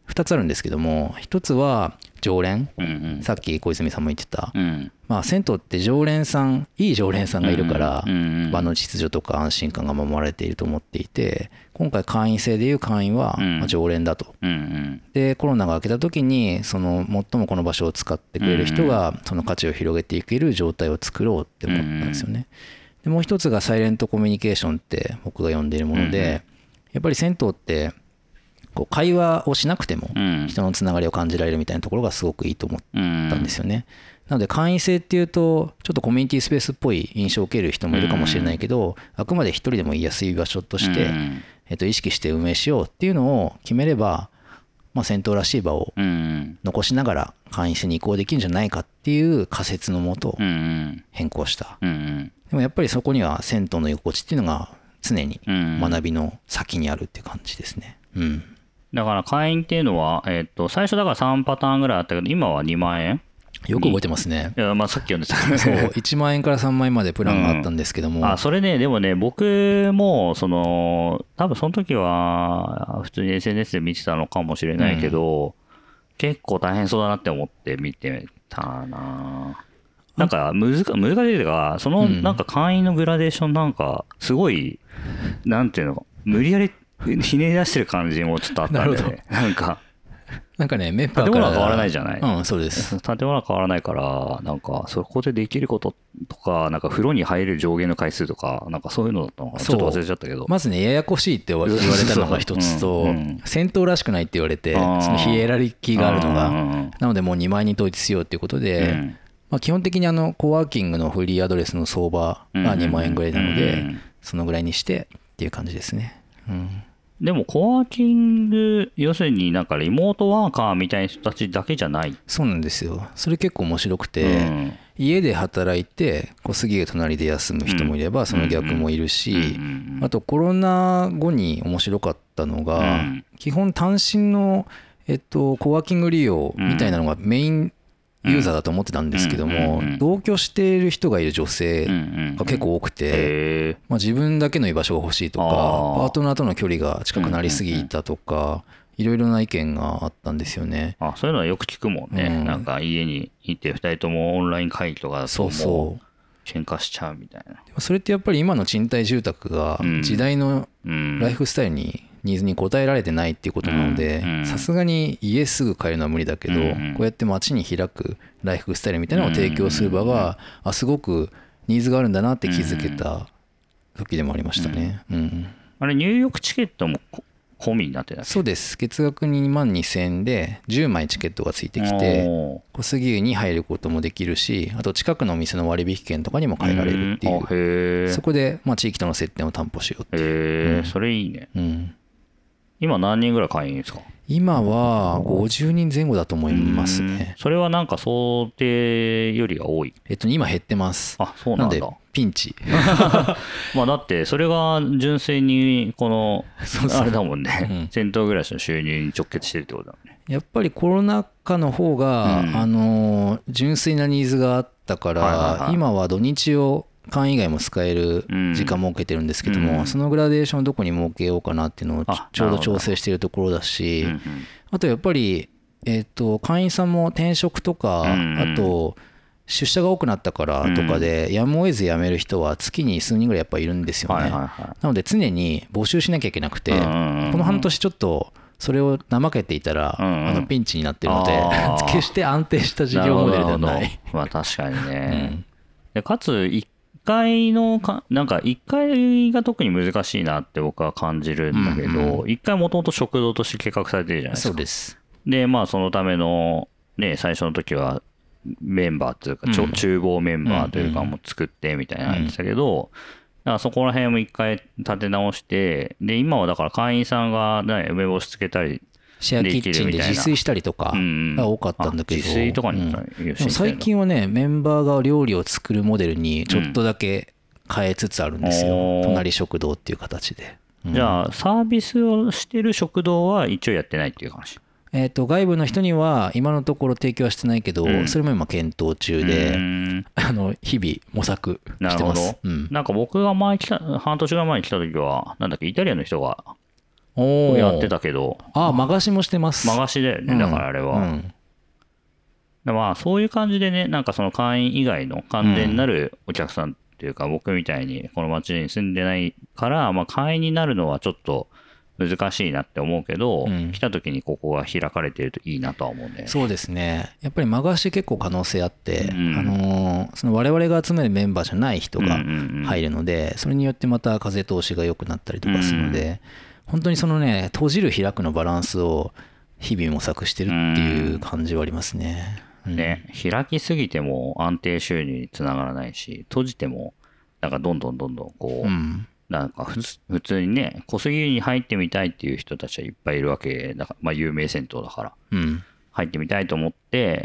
2つあるんですけども、1つは常連、さっき小泉さんも言ってた、まあ銭湯って常連さん、いい常連さんがいるから場の秩序とか安心感が守られていると思っていて、今回会員制でいう会員は常連だと。でコロナが明けた時にその最もこの場所を使ってくれる人がその価値を広げていける状態を作ろうって思ったんですよね。でもう一つがサイレントコミュニケーションって僕が呼んでいるもので、やっぱり銭湯ってこう会話をしなくても人のつながりを感じられるみたいなところがすごくいいと思ったんですよね。なので会員制っていうとちょっとコミュニティスペースっぽい印象を受ける人もいるかもしれないけど、あくまで一人でも言いやすい場所として意識して運営しようっていうのを決めれば、まあ銭湯らしい場を残しながら会員制に移行できるんじゃないかっていう仮説のもと変更した。でもやっぱりそこには銭湯の居心地っていうのが常に学びの先にあるっていう感じですね。
だから会員っていうのは、最初だから3パターンぐらいあったけど、今は2万円
よく覚えてますね。
いや、まあさっき読んでた
そう1万円から3万円までプランがあったんですけども、
それね、でもね、僕も多分その時は普通に SNS で見てたのかもしれないけど、結構大変そうだなって思って見てたな。なんか難しいというか、なんか会員のグラデーションなんかすごいなんていうの、無理やりひねり出してる感じもちょっとあったんで、ね、
なんかね、メンバーから
建物は変わらないじゃない。
そうです。
建物は変わらないから、なんかそこでできることとか、なんか風呂に入る上限の回数とか、なんかそういうのだったのかな。ちょっと忘れちゃったけど。
まずね、ややこしいって言われたのが一つと、銭湯らしくないって言われて、そのヒエラルキーがあるのが、なのでもう2万円に統一しようっていうことで、まあ基本的にコワーキングのフリーアドレスの相場が2万円ぐらいなので、そのぐらいにしてっていう感じですね。
でもコワーキング、要するになんかリモートワーカーみたいな人たちだけじゃない。
そうなんですよ。それ結構面白くて、家で働いて小杉が隣で休む人もいればその逆もいるし、あとコロナ後に面白かったのが、基本単身のコワーキング利用みたいなのがメインユーザーだと思ってたんですけども、同居している人がいる女性が結構多くて、まあ自分だけの居場所が欲しいとか、パートナーとの距離が近くなりすぎたとか、いろいろな意見があったんですよね。
そういうのはよく聞くもんね。なんか家にいて2人ともオンライン会議とかだともう喧嘩しちゃうみたいな。
それってやっぱり今の賃貸住宅が時代のライフスタイルにニーズに応えられてないっていうことなので、さすがに家すぐ買えるのは無理だけど、こうやって街に開くライフスタイルみたいなのを提供する場がすごくニーズがあるんだなって気づけた時でもありましたね。
あれ入浴チケットも込みになってた。
そうです。月額2万2000円で10枚チケットがついてきて、小杉湯に入ることもできるし、あと近くのお店の割引券とかにも変えられるっていう、そこでまあ地域との接点を担保しようっていう。
それいいね。今何人ぐらい会員ですか？
今は50人前後だと思いますね。
それはなんか想定よりが多い？
今減ってます。
そうなんだ。
なんでピンチ。
まあだってそれが純粋にこのあれだもんね。銭湯暮らしの収入に直結してるってことだもんね。
やっぱりコロナ禍の方が純粋なニーズがあったから、今は土日を会員以外も使える時間設けてるんですけども、そのグラデーションをどこに設けようかなっていうのをちょうど調整しているところだし、あとやっぱり会員さんも転職とか、あと出社が多くなったからとかでやむを得ず辞める人は月に数人ぐらいやっぱいるんですよね。なので常に募集しなきゃいけなくて、この半年ちょっとそれを怠けていたらピンチになってるので、決して安定した事業モデルではない。
まあ確かにね。でかつ1階なんか1階が特に難しいなって僕は感じるんだけど、1階もともと食堂として計画されてるじゃないですか。
そうです。
でまあそのためのね、最初の時はメンバーというか厨房メンバーというかも作ってみたいなの言ってたけど、だからそこら辺も1回立て直して、で今はだから会員さんが梅干しつけたり
シェアキッチンで自炊したりとかが多かったんだけど、
自炊とかに
最近はね、メンバーが料理を作るモデルにちょっとだけ変えつつあるんですよ。隣食堂っていう形で。
じゃあサービスをしてる食堂は一応やってないっていう話？
外部の人には今のところ提供はしてないけど、それも今検討中で、日々模索してます。
なるほど。なんか僕が半年ぐらい前に来た時はなんだっけ、イタリアンの人がをやってたけど。
間貸しもしてます。
間貸しだよね、だからあれは。まあそういう感じでね、なんかその会員以外の完全なるお客さんっていうか、僕みたいにこの町に住んでないから、まあ会員になるのはちょっと難しいなって思うけど、来た時にここが開かれているといいなとは思うんで。
そうですね。やっぱり間貸し結構可能性あって、その我々が集めるメンバーじゃない人が入るので、それによってまた風通しが良くなったりとかするので、本当にそのね、閉じる開くのバランスを日々模索してるっていう感じはありますね。
ね、開きすぎても安定収入につながらないし、閉じてもなんかどんどんこう、なんか普通にね、小杉湯に入ってみたいっていう人たちはいっぱいいるわけだから、まあ有名銭湯だから、入ってみたいと思って、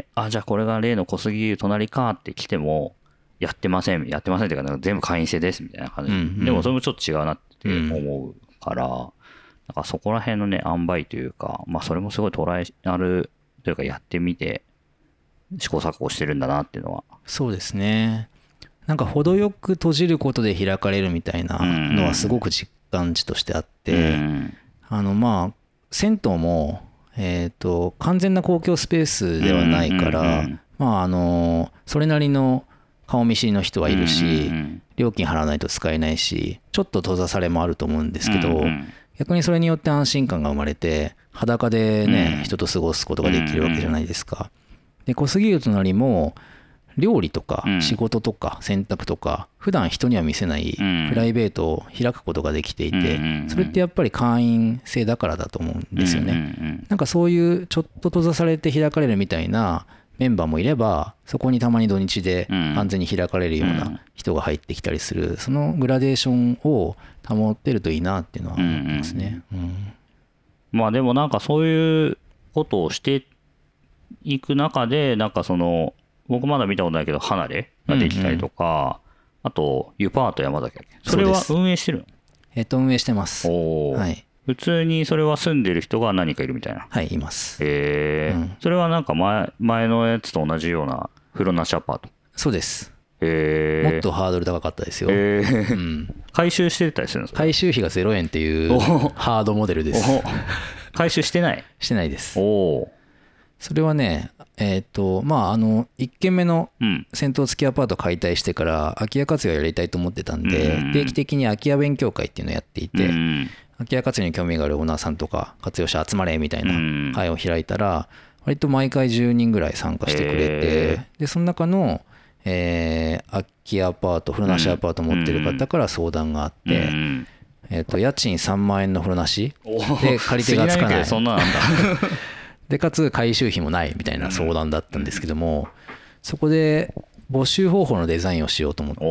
じゃあこれが例の小杉湯隣かって来ても、やってませんっていうか、なんか全部会員制ですみたいな感じ、でもそれもちょっと違うなって思うから、なんかそこら辺のね、塩梅というか、まあそれもすごいトライあるというか、やってみて、試行錯誤してるんだなっていうのは。
そうですね。なんか程よく閉じることで開かれるみたいなのはすごく実感値としてあって、まあ銭湯も完全な公共スペースではないから、まあそれなりの顔見知りの人はいるし、料金払わないと使えないし、ちょっと閉ざされもあると思うんですけど、逆にそれによって安心感が生まれて、裸でね、人と過ごすことができるわけじゃないですか。で、小杉湯隣も料理とか仕事とか洗濯とか普段人には見せないプライベートを開くことができていて、それってやっぱり会員制だからだと思うんですよね。なんかそういうちょっと閉ざされて開かれるみたいなメンバーもいれば、そこにたまに土日で完全に開かれるような人が入ってきたりする、そのグラデーションを保ってるといいなっていうのは思ってますね。
まあでもなんかそういうことをしていく中で、なんかその僕まだ見たことないけど離れができたりとか、あとユパート山崎だっけ、それは運営してるの？
運営してます。はい。
普通にそれは住んでる人が何かいるみたいな。
はい、います。
それはなんか前のやつと同じような風呂なしアパート？
そうです。もっとハードル高かったですよ。
回収してたりするんですか？
回収費が0円っていうハードモデルです。
回収してない？
してないです。それはね、まあ1軒目の銭湯付きアパート解体してから空き家活用やりたいと思ってたんで、定期的に空き家勉強会っていうのをやっていて、空き家活用に興味があるオーナーさんとか活用者集まれみたいな会を開いたら、割と毎回10人ぐらい参加してくれて、でその中の空き家アパート、風呂なしアパート持ってる方から相談があって、家賃3万円の風呂なしで借り手がつかない。
そんななんだ。
でかつ回収費もないみたいな相談だったんですけども、そこで募集方法のデザインをしようと思って、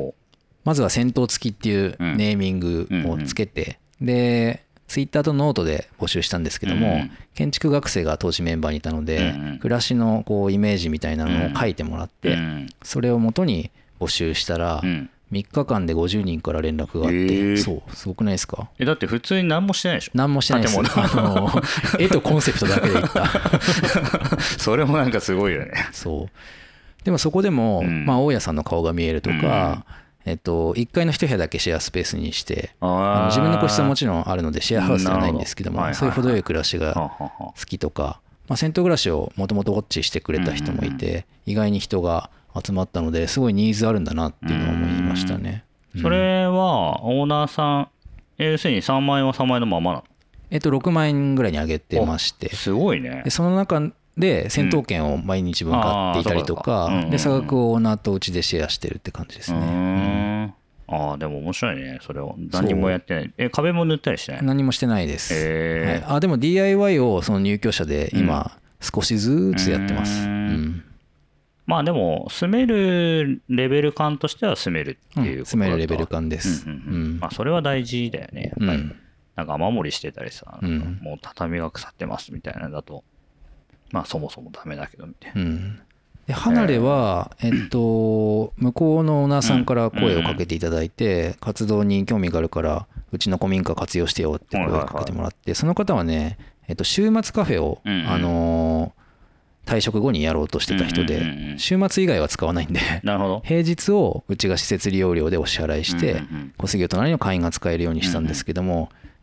まずは銭湯付きっていうネーミングをつけて、でツイッターとノートで募集したんですけども、建築学生が当時メンバーにいたので、暮らしのこうイメージみたいなのを書いてもらって、それを元に募集したら、3日間で50人から連絡があって、そうすごくないですか？
だって普通に何もしてないでしょ？
何もしてないです。絵とコンセプトだけでいった
それもなんかすごいよね。
そうでもそこでも、まあ大家さんの顔が見えるとか、1階の一部屋だけシェアスペースにして、自分の個室はもちろんあるのでシェアハウスではないんですけども、そういう程よい暮らしが好きとか、まあ、銭湯暮らしをもともとウォッチしてくれた人もいて、意外に人が集まったので、すごいニーズあるんだなっていうのを思いましたね。
それはオーナーさん、要するに3万円は3万円のままなの
？6万円ぐらいに上げてまして、
すごいね。
でその中で銭湯券を毎日分買っていたりとか、で差額をオーナーとうちでシェアしてるって感じですね。
でも面白いね。それを何もやってない。壁も塗ったりしてない？
何もしてないです。はい、でも DIY をその入居者で今少しずつやってます。
まあでも住めるレベル感としては住めるっていうことだと、
住めるレベル感です。
まあそれは大事だよね。やっぱりなんか雨漏りしてたりさ、もう畳が腐ってますみたいなのだと、まあそもそもダメだけどみたいな。
で離れは、向こうのオーナーさんから声をかけていただいて、活動に興味があるからうちの古民家活用してよって声をかけてもらって、その方はね、週末カフェを、退職後にやろうとしてた人で、週末以外は使わないんで、平日をうちが施設利用料でお支払いして、小杉湯隣の会員が使えるようにしたんですけども、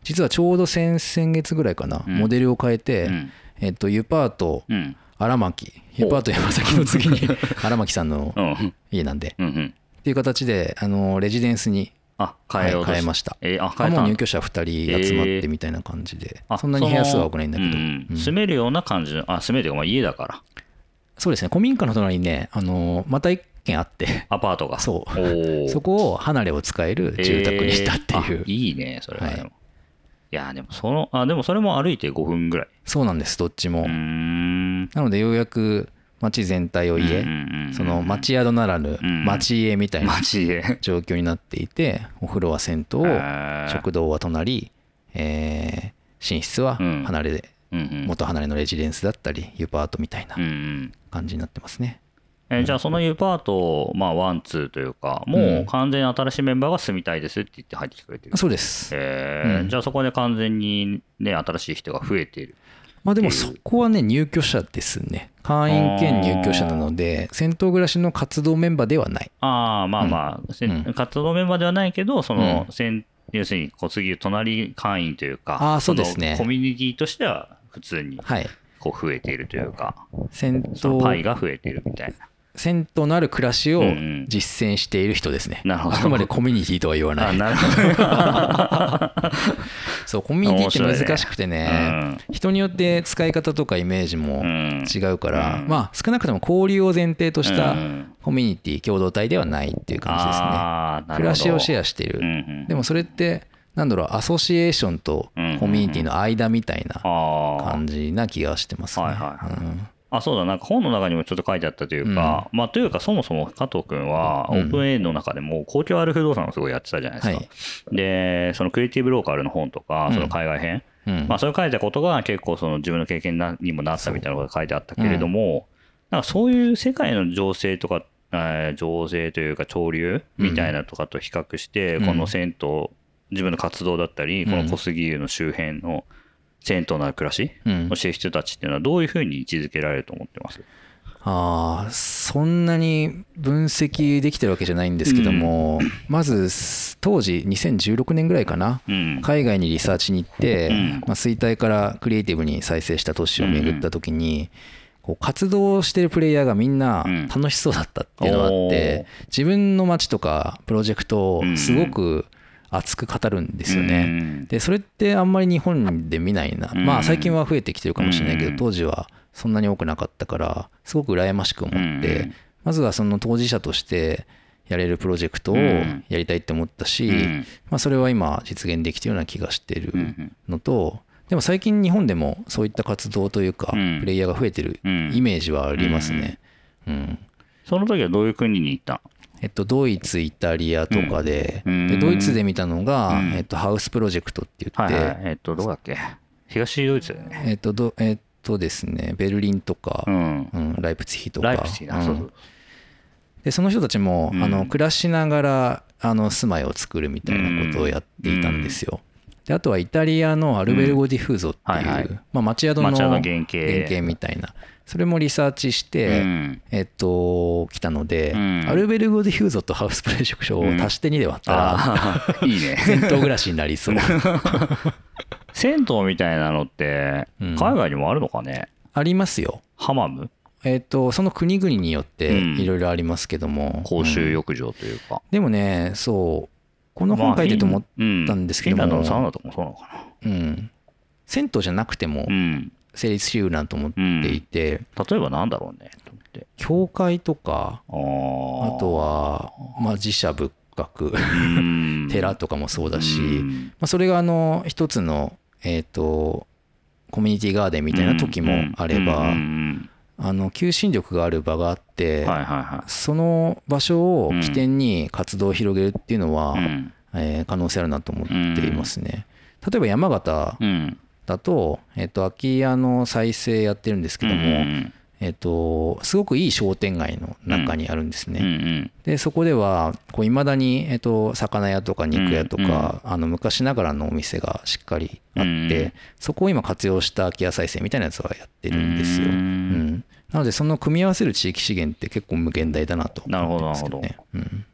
実はちょうど先月ぐらいかな、モデルを変えて、ユパート荒牧、ユパート山崎の次に荒牧さんの家なんでっていう形でレジデンスに変えました。もう入居者2人集まってみたいな感じで、そんなに部屋数は多くないんだけど、
住めるような感じの、住めるというか、まあ家だから。
そうですね、古民家の隣にね、また一軒あって、
アパートが。
そこを離れを使える住宅にしたっていう。
いいね、それは。いや、でもそれも歩いて5分ぐらい。
そうなんです、どっちも。なので、ようやく町全体を家、その町宿ならぬ町家みたいな状況になっていて、お風呂は銭湯、食堂は隣、寝室は離れで、元離れのレジデンスだったり、ユパートみたいな感じになってますね。
じゃあそのユパート、まあ、ワン、ツーというか、もう完全に新しいメンバーが住みたいですって言って入ってきてくれてる。
そうです。
じゃあそこで完全に、ね、新しい人が増えている。
まあでもそこはね、入居者ですね。会員兼入居者なので、銭湯暮らしの活動メンバーではない。
活動メンバーではないけど、要するに小杉湯隣会員というか、
そうですね、
コミュニティとしては普通にこう増えているというか、
銭湯
パイが増えているみたいな。
銭湯のある暮らしを実践している人ですね。
なるほど。
あくまでコミュニティとは言わない。
なるほど。
そう、コミュニティって難しくてね、人によって使い方とかイメージも違うから、まあ少なくとも交流を前提としたコミュニティ、共同体ではないっていう感じですね。暮らしをシェアしている。でもそれってなんだろう、アソシエーションとコミュニティの間みたいな感じな気がしてますね。
そうだ、なんか本の中にもちょっと書いてあったというか、まあというかそもそも加藤君はオープンエイの中でも公共ある不動産をすごいやってたじゃないですか。で、そのクリエイティブローカルの本とか、その海外編、まあそれ書いたことが結構その自分の経験にもなったみたいなことが書いてあったけれども、なんかそういう世界の情勢とか、情勢というか潮流みたいなとかと比較して、この銭湯、自分の活動だったり、この小杉湯の周辺の銭湯のある暮らしをしている人たちっていうのはどういうふうに位置づけられると思ってます？
そんなに分析できてるわけじゃないんですけども、まず当時2016年ぐらいかな、海外にリサーチに行って、衰退からクリエイティブに再生した都市を巡った時に、こう活動してるプレイヤーがみんな楽しそうだったっていうのがあって、自分の街とかプロジェクトをすごく熱く語るんですよね。でそれってあんまり日本で見ないな、まあ最近は増えてきてるかもしれないけど、当時はそんなに多くなかったからすごく羨ましく思って、まずはその当事者としてやれるプロジェクトをやりたいって思ったし、まあそれは今実現できているような気がしてるのと、でも最近日本でもそういった活動というかプレイヤーが増えてるイメージはありますね。
その時はどういう国に行った？
ドイツ、イタリアとかで、ドイツで見たのが、ハウスプロジェクトって言って、
どこだっけ？東ドイツだよね。
ですね、ベルリンとか、ライプツィヒとか。でその人たちも、暮らしながら住まいを作るみたいなことをやっていたんですよ。であとはイタリアのアルベルゴ・ディフーゾっていう町宿の原型みたいな、それもリサーチして、来たので、アルベルゴ・ディフーゾとハウスプロジェクトを足して2で割ったら、
いいね、銭
湯暮らしになりそう。
銭湯みたいなのって海外にもあるのかね？
ありますよ。
ハマム？
その国々によっていろいろありますけども、
公衆浴場というか、
でもね、そうこの本書いてて思ったんですけども、
フィンランドのサウナとかもそうなのかな。
銭湯じゃなくても成立しうるなと思っていて、
例えばなんだろうねと思って、
教会とか、あとは寺社仏閣寺とかもそうだし、それが一つのコミュニティガーデンみたいな時もあれば、求心力がある場があって、その場所を起点に活動を広げるっていうのは可能性あるなと思っていますね。例えば山形だと空き家の再生やってるんですけども、すごくいい商店街の中にあるんですね。でそこではいまだに魚屋とか肉屋とか昔ながらのお店がしっかりあって、そこを今活用した空き家再生みたいなやつはやってるんですよ。なのでその組み合わせる地域資源って結構無限大だなと思ってますけどね。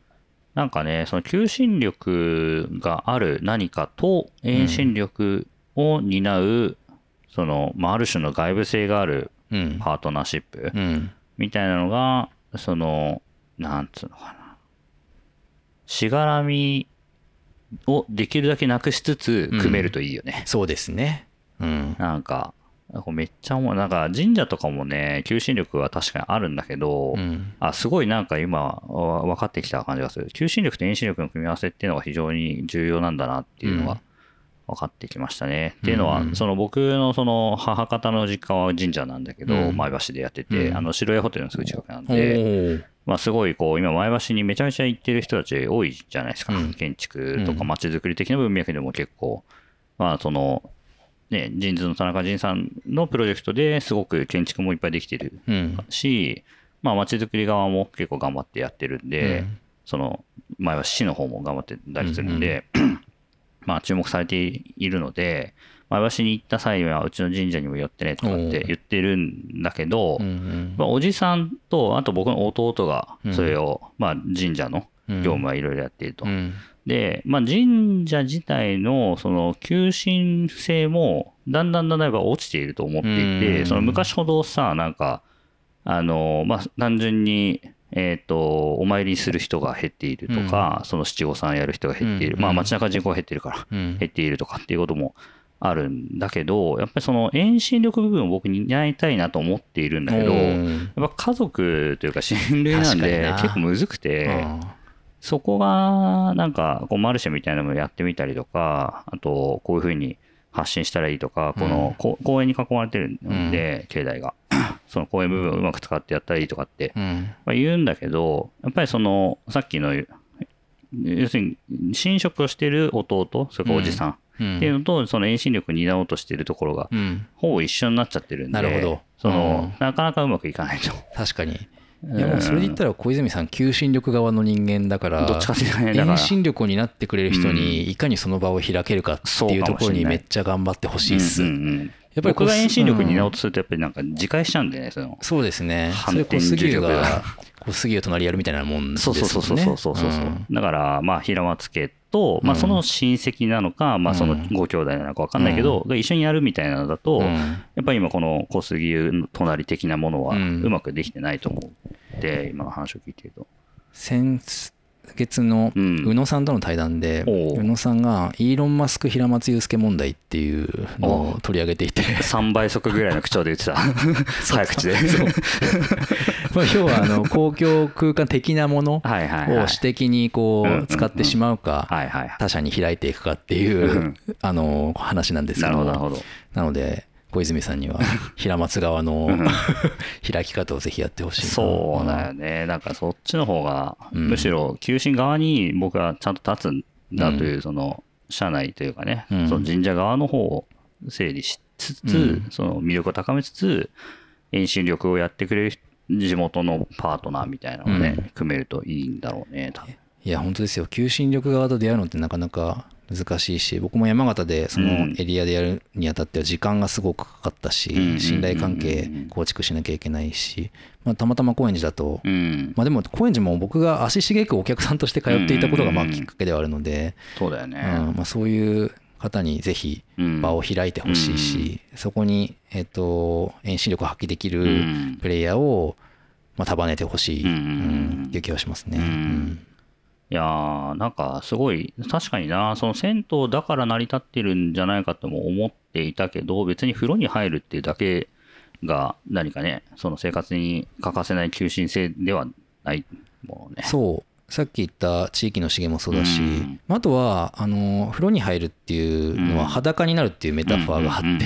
なんかね、その求心力がある何かと遠心力を担う、その、ある種の外部性があるパートナーシップみたいなのが、その、なんつうのかな。しがらみをできるだけなくしつつ組めるといいよね。
そうですね。
なんか、めっちゃ思う。なんか神社とかもね、求心力は確かにあるんだけど、すごいなんか今分かってきた感じがする。求心力と遠心力の組み合わせっていうのが非常に重要なんだなっていうのが分かってきましたね。っていうのは、その僕のその母方の実家は神社なんだけど、前橋でやってて、白江ホテルのすぐ近くなんで、すごいこう今前橋にめちゃめちゃ行ってる人たち多いじゃないですか。建築とか街づくり的な文脈でも結構、その、ね、神津の田中仁さんのプロジェクトですごく建築もいっぱいできてるし、街づくり側も結構頑張ってやってるんで、その前橋市の方も頑張ってたりするんで、注目されているので、前橋に行った際はうちの神社にも寄ってねとかって言ってるんだけど、おじさんとあと僕の弟がそれを、神社の業務はいろいろやっていると。で、神社自体のその求心性もだんだんやっぱ落ちていると思っていて、その昔ほどさ、なんか単純にお参りする人が減っているとか、その七五三やる人が減っている、街中人口が減っているから減っているとかっていうこともあるんだけど、やっぱりその遠心力部分を僕担いたいなと思っているんだけど、やっぱ家族というか親類なんで結構むずくて、そこがなんかこうマルシェみたいなのもやってみたりとか、あとこういうふうに発信したらいいとか、この公園に囲まれてるんで、境内がその公園部分をうまく使ってやったらいいとかって言うんだけど、やっぱりそのさっきの要するに神職をしている弟、それからおじさんっていうのと、その遠心力を担おうとしているところがほぼ一緒になっちゃってるんで、なかなかうまくいかないと。
確かに。いやもうそれで言ったら小泉さん求心力側の人間だから、遠心力を担ってくれる人にいかにその場を開けるかっていうところにめっちゃ頑張ってほしいっす。
やっぱり僕が遠心力に担おうとするとやっぱりなんか自戒しちゃうんでね、
そうですね。それ小杉湯が小杉湯隣やるみたいなもんですよね。
そう。だから平松家とその親戚なのかそのご兄弟なのか分かんないけどが一緒にやるみたいなのだとやっぱり今この小杉湯の隣的なものはうまくできてないと思って今の話を聞いていると。
先月の宇野さんとの対談で、宇野さんがイーロン・マスク平松祐介問題っていうのを取り上げていて
3倍速ぐらいの口調で言ってた早口で
要は公共空間的なものを私的にこう使ってしまうか他者に開いていくかっていう話なんですけど、なので小泉さんには平松側の開き方をぜひやってほしい。
そうだよね。なんかそっちの方がむしろ求心側に僕はちゃんと立つんだというその社内というかね、その神社側の方を整理しつつ、その魅力を高めつつ遠心力をやってくれる地元のパートナーみたいなのをね組めるといいんだろうね。多分
いや本当ですよ。求心力側と出会うのってなかなか難しいし、僕も山形でそのエリアでやるにあたっては時間がすごくかかったし、信頼関係構築しなきゃいけないし、たまたま高円寺だと、でも高円寺も僕が足しげくお客さんとして通っていたことがきっかけではあるので、
そうだよね。
そういう方にぜひ場を開いてほしいし、そこに遠心力を発揮できるプレイヤーを束ねてほしいっていう気はしますね。
いやーなんかすごい確かにな、その銭湯だから成り立ってるんじゃないかとも思っていたけど、別に風呂に入るっていうだけが何かねその生活に欠かせない求心性ではないものね。
そうさっき言った地域の資源もそうだし、あとは風呂に入るっていうのは裸になるっていうメタファーがあって、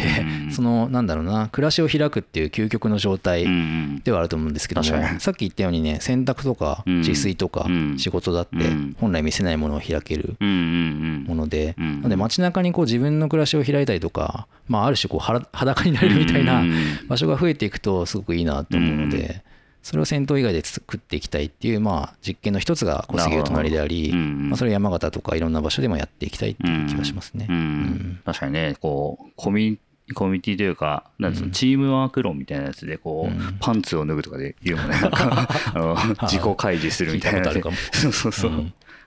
そのなんだろうな、暮らしを開くっていう究極の状態ではあると思うんですけども、さっき言ったようにね、洗濯とか自炊とか仕事だって本来見せないものを開けるもので、なので街中にこう自分の暮らしを開いたりとか、ある種こう裸になれるみたいな場所が増えていくとすごくいいなと思うので、それを銭湯以外で作っていきたいっていう実験の一つが小杉湯隣であり、それを山形とかいろんな場所でもやっていきたいっていう気がしますね。
確かにね、こうコミュニティというか、チームワーク論みたいなやつでこう、パンツを脱ぐとかで言うもんね。自己開示するみたいな。そう。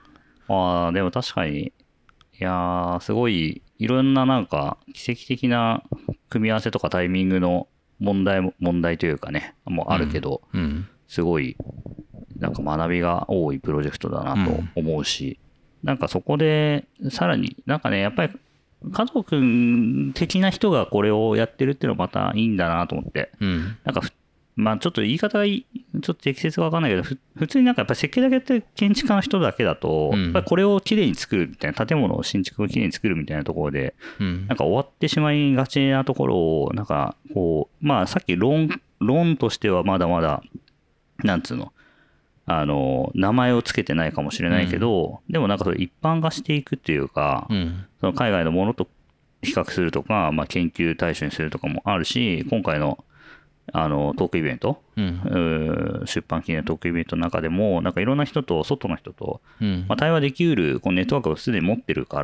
でも確かに、いやー、すごい、いろんななんか、奇跡的な組み合わせとかタイミングの問題というかね、もうあるけど、すごい、なんか学びが多いプロジェクトだなと思うし、なんかそこで、さらになんかね、やっぱり加藤君的な人がこれをやってるっていうのはまたいいんだなと思って、なんかまあちょっと言い方がちょっと適切か分かんないけど、普通になんかやっぱり設計だけやってる建築家の人だけだと、やっぱりこれをきれいに作るみたいな、建物を新築をきれいに作るみたいなところで、なんか終わってしまいがちなところを、なんかこう、まあさっき論としてはまだまだ、なんつうの、名前をつけてないかもしれないけど、でもなんかそれ一般化していくっていうか、その海外のものと比較するとか、まあ、研究対象にするとかもあるし、今回のトークイベント、出版記念トークイベントの中でも、なんかいろんな人と、外の人と、まあ、対話できうるこうネットワークをすでに持ってるから、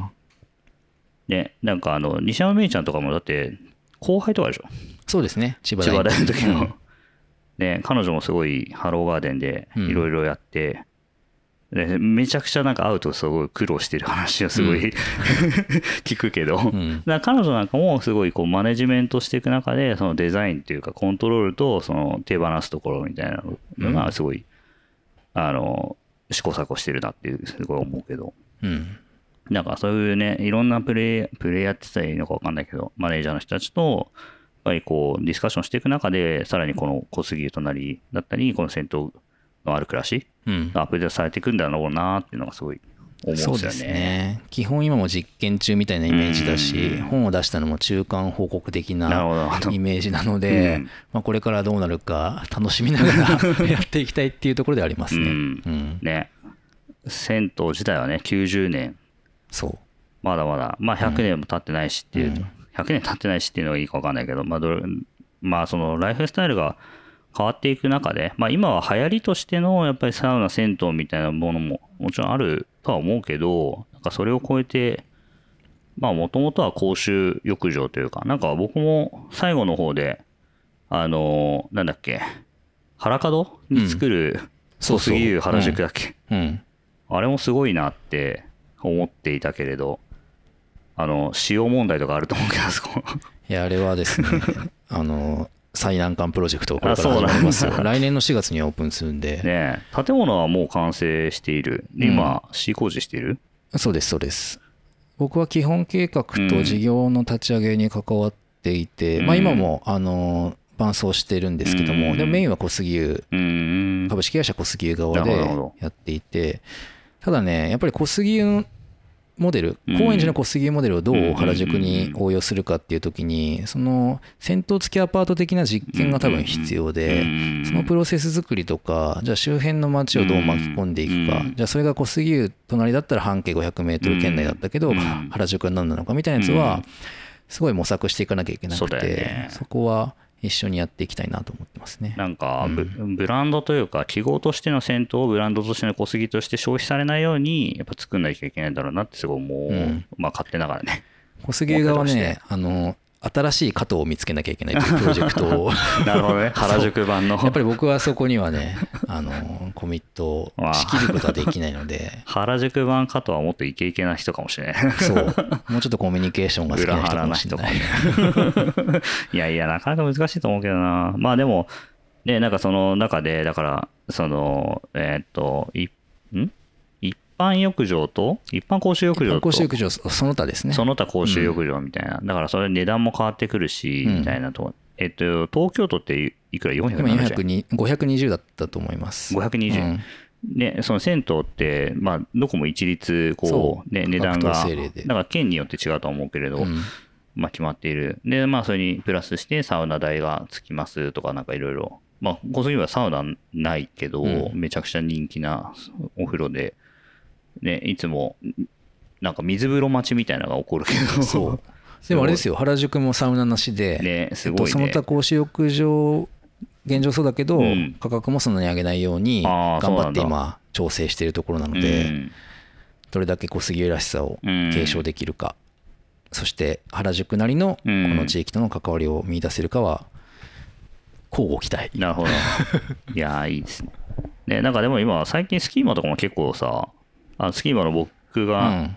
で、なんか西山芽衣ちゃんとかもだって、後輩とかでしょ。
そうですね、千葉
大の時の。で、彼女もすごいハローガーデンでいろいろやって、でめちゃくちゃなんか会うとすごい苦労してる話をすごい、聞くけど、だから彼女なんかもすごいこうマネジメントしていく中で、そのデザインっていうかコントロールとその手放すところみたいなのがすごい、試行錯誤してるなっていうすごい思うけど、なんかそういうね、いろんなプレイヤーって言ったらいいのか分かんないけど、マネージャーの人たちとやっぱりこうディスカッションしていく中で、さらにこの小杉湯隣だったり、この銭湯のある暮らしがアップデートされていくんだろうなっていうのがすごい思うんですよね。
そうですね。基本今も実験中みたいなイメージだし、本を出したのも中間報告的なイメージなので、まあこれからどうなるか楽しみながらやっていきたいっていうところでありますね。
ね、銭湯自体はね90年、
そう
まだまだ、まあ100年も経ってないしっていう、100年経ってないしっていうのがいいか分かんないけど、まあそのライフスタイルが変わっていく中で、まあ今は流行りとしてのやっぱりサウナ銭湯みたいなものももちろんあるとは思うけど、なんかそれを超えて、まあもともとは公衆浴場というか、なんか僕も最後の方でなんだっけ、原門に作る小杉湯原宿だっけ、あれもすごいなって思っていたけれど、使用問題とかあると思うけど、あそこ
いやあれはですね最難関プロジェクトをこれから始まりますよ。来年の4月にはオープンするんで、
ね、建物はもう完成している、今 C 工事している。
そうですそうです。僕は基本計画と事業の立ち上げに関わっていて、まあ今も伴走してるんですけども、でもメインは小杉湯、株式会社小杉湯側でやっていて、ただねやっぱり小杉湯モデル、高円寺の小杉湯モデルをどう原宿に応用するかっていう時に、その銭湯付きアパート的な実験が多分必要で、そのプロセス作りとか、じゃあ周辺の街をどう巻き込んでいくか、じゃあそれが小杉湯隣だったら半径500メートル圏内だったけど、原宿は何なのかみたいなやつはすごい模索していかなきゃいけなくて、そこは一緒にやっていきたいなと思ってますね。
なんかブランドというか記号としての銭湯をブランドとしての小杉として消費されないようにやっぱ作んなきゃいけないんだろうなってすごいもう、まあ勝手ながらね。
小杉側はね新しい加藤を見つけなきゃいけないというプロジェクトを
なるほどね、原宿版の
やっぱり僕はそこにはねコミットしきることはできないので
原宿版加藤はもっとイケイケな人かもしれない
そうもうちょっとコミュニケーションが好きな人かもしれない
いやいやなかなか難しいと思うけどな。まあでもね、なんかその中でだからその一般浴場と一般公衆浴場と
公衆浴場その他ですね、
その他公衆浴場みたいな、だからそれ値段も変わってくるし、みたいなと東京都っていくら470円
520だったと思います
520円、でその銭湯ってまあどこも一律こう、ね、値段がだから県によって違うと思うけれど、まあ決まっている。でまあそれにプラスしてサウナ代がつきますとかなんかいろいろ、まあ小杉はサウナないけど、めちゃくちゃ人気なお風呂でね、いつもなんか水風呂待ちみたいなのが起こるけど、
そうでもあれですよ、原宿もサウナなしで、
ね、すごいね、
その他公衆浴場現状そうだけど、価格もそんなに上げないように頑張って今調整しているところなので、どれだけ小杉湯らしさを継承できるか、そして原宿なりのこの地域との関わりを見出せるかは交互期待。
なるほどいやいいですね。ね、なんかでも今最近スキーマとかも結構さスキーマの僕が、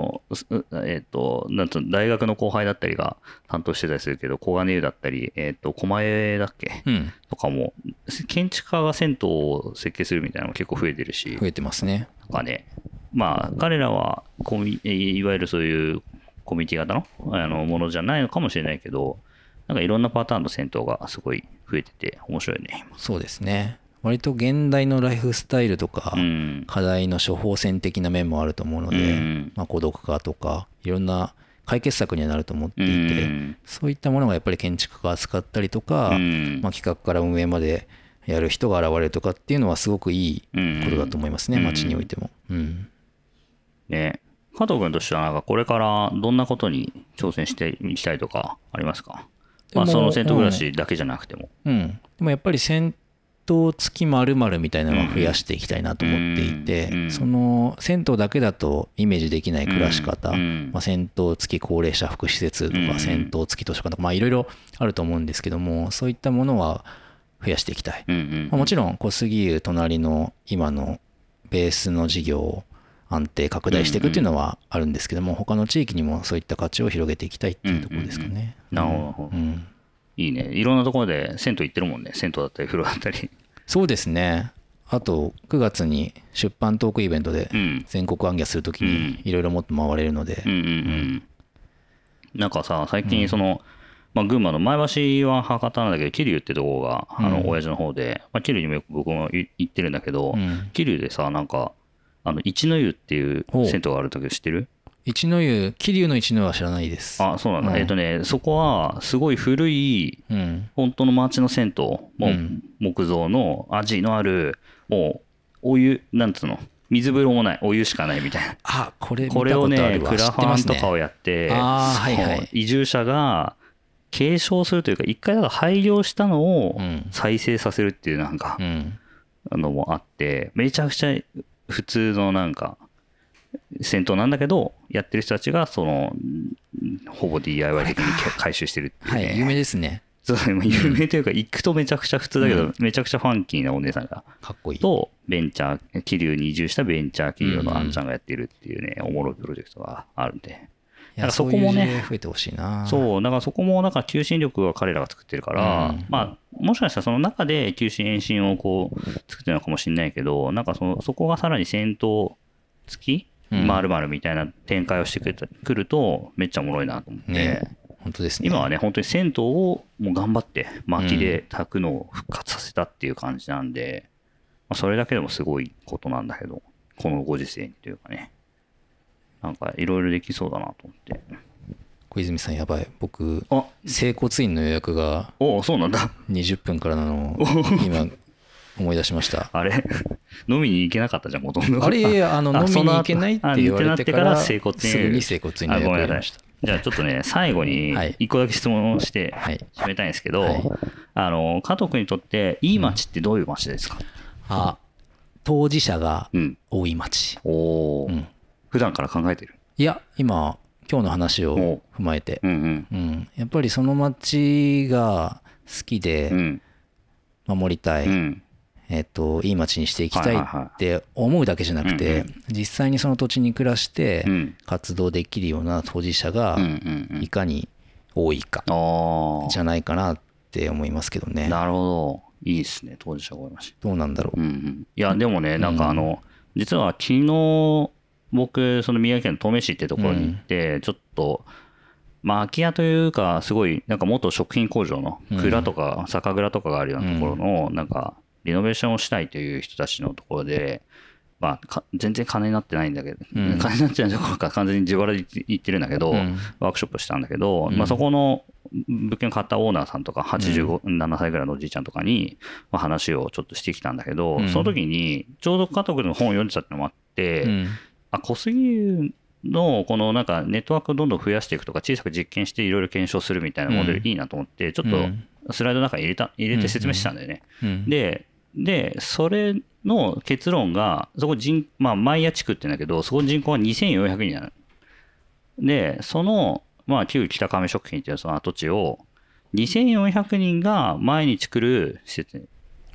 なんつうの大学の後輩だったりが担当してたりするけど、小金湯だったり、狛江だっけ、とかも、建築家が銭湯を設計するみたいなのも結構増えてるし。
増えてますね。
とかね。まあ、彼らはいわゆるそういうコミュニティ型の、ものじゃないのかもしれないけど、なんかいろんなパターンの銭湯がすごい増えてて面白いね。
そうですね。割と現代のライフスタイルとか、課題の処方箋的な面もあると思うので、孤独化とかいろんな解決策にはなると思っていて、そういったものがやっぱり建築家が扱ったりとか、企画から運営までやる人が現れるとかっていうのはすごくいいことだと思いますね、街においても。
ね、加藤君としてはなんかこれからどんなことに挑戦していきたいとかありますか？まあ、その銭湯暮らしだけじゃなくても。
でもやっぱり銭湯付き〇〇みたいなのを増やしていきたいなと思っていて、その銭湯だけだとイメージできない暮らし方、銭湯付き高齢者福祉施設とか銭湯付き図書館とかいろいろあると思うんですけども、そういったものは増やしていきたい。もちろん小杉湯隣の今のベースの事業を安定拡大していくっていうのはあるんですけども、他の地域にもそういった価値を広げていきたいっていうところですかね。
なるほど。いいね。いろんなところで銭湯行ってるもんね。銭湯だったり風呂だったり。
そうですね。あと9月に出版トークイベントで全国行脚するときにいろいろもっと回れるので。
なんかさ、最近群馬の前橋は博多なんだけど、桐生ってとこが親父の方で、桐生にも僕も行ってるんだけど、桐生でさ、なんか一の湯っていう銭湯があるんだけど知ってる？
一の湯、桐生の一の湯は知らないです。
あ、そうなんだ。そこはすごい古い、本当の町の銭湯、もう木造の味のある、もうお湯、なんつうの、水風呂もない、お湯しかないみたいな。
あ、これを
ね、クラファンとかをやって、移住者が継承するというか、一回だから廃業したのを再生させるっていうなんか、のもあって、めちゃくちゃ普通のなんか、銭湯なんだけどやってる人たちがほぼ DIY 的に回収してるっていうね。
有名ですね。
そう、有名というか行くとめちゃくちゃ普通だけど、めちゃくちゃファンキーなお姉さんが
かっこいい
とベンチャー桐生に移住したベンチャー企業のあんちゃんがやってるっていうね、おもろいプロジェクトがあるんで、
だからそこもね増えてほしいな。
そう、だからそこもなんか求心力は彼らが作ってるから、まあもしかしたらその中で求心遠心をこう作ってるのかもしれないけど、なんかそこがさらに戦闘付き〇〇みたいな展開をしてくるとめっちゃおもろいなと思って、
本当ですね。
今はね本当に銭湯をもう頑張って薪で炊くのを復活させたっていう感じなんで、それだけでもすごいことなんだけど、このご時世にというかね、なんかいろいろできそうだなと思って。
小泉さんやばい、僕整骨院の予約が
そうなんだ
20分からなのを今思い出しました。
あれ飲みに行けなかったじゃん、ほとんど。
あれ、飲みに行けないって言われてからすぐに整骨院の予約をやりました。
じゃあちょっとね、最後に1個だけ質問をして締めたいんですけど、加藤君にとっていい街ってどういう街ですか？
当事者が多い街。
普段から考えてる？い
や、今日の話を踏まえて、やっぱりその街が好きで守りたい、いい街にしていきたいって思うだけじゃなくて、実際にその土地に暮らして活動できるような当事者がいかに多いかじゃないかなって思いますけどね。
なるほど、いいですね、当事者が多い街。
どうなんだろう。
いやでもね、なんか実は昨日僕その宮城県の登米市ってところに行って、ちょっと空き家というかすごいなんか元食品工場の蔵とか酒蔵とかがあるようなところのなんかリノベーションをしたいという人たちのところで、全然金になってないんだけど、金になってないところから完全に自腹で行ってるんだけど、ワークショップしたんだけど、そこの物件を買ったオーナーさんとか87歳ぐらいのおじいちゃんとかに話をちょっとしてきたんだけど、その時にちょうど加藤君の本を読んでたってのもあって、小杉湯のこのなんかネットワークをどんどん増やしていくとか小さく実験していろいろ検証するみたいなモデルいいなと思ってちょっとスライドの中に入れて説明したんだよね。でそれの結論がそこ前谷地区って言うんだけど、そこの人口は2400人なので、その旧北亀食品っていうその跡地を2400人が毎日来る施設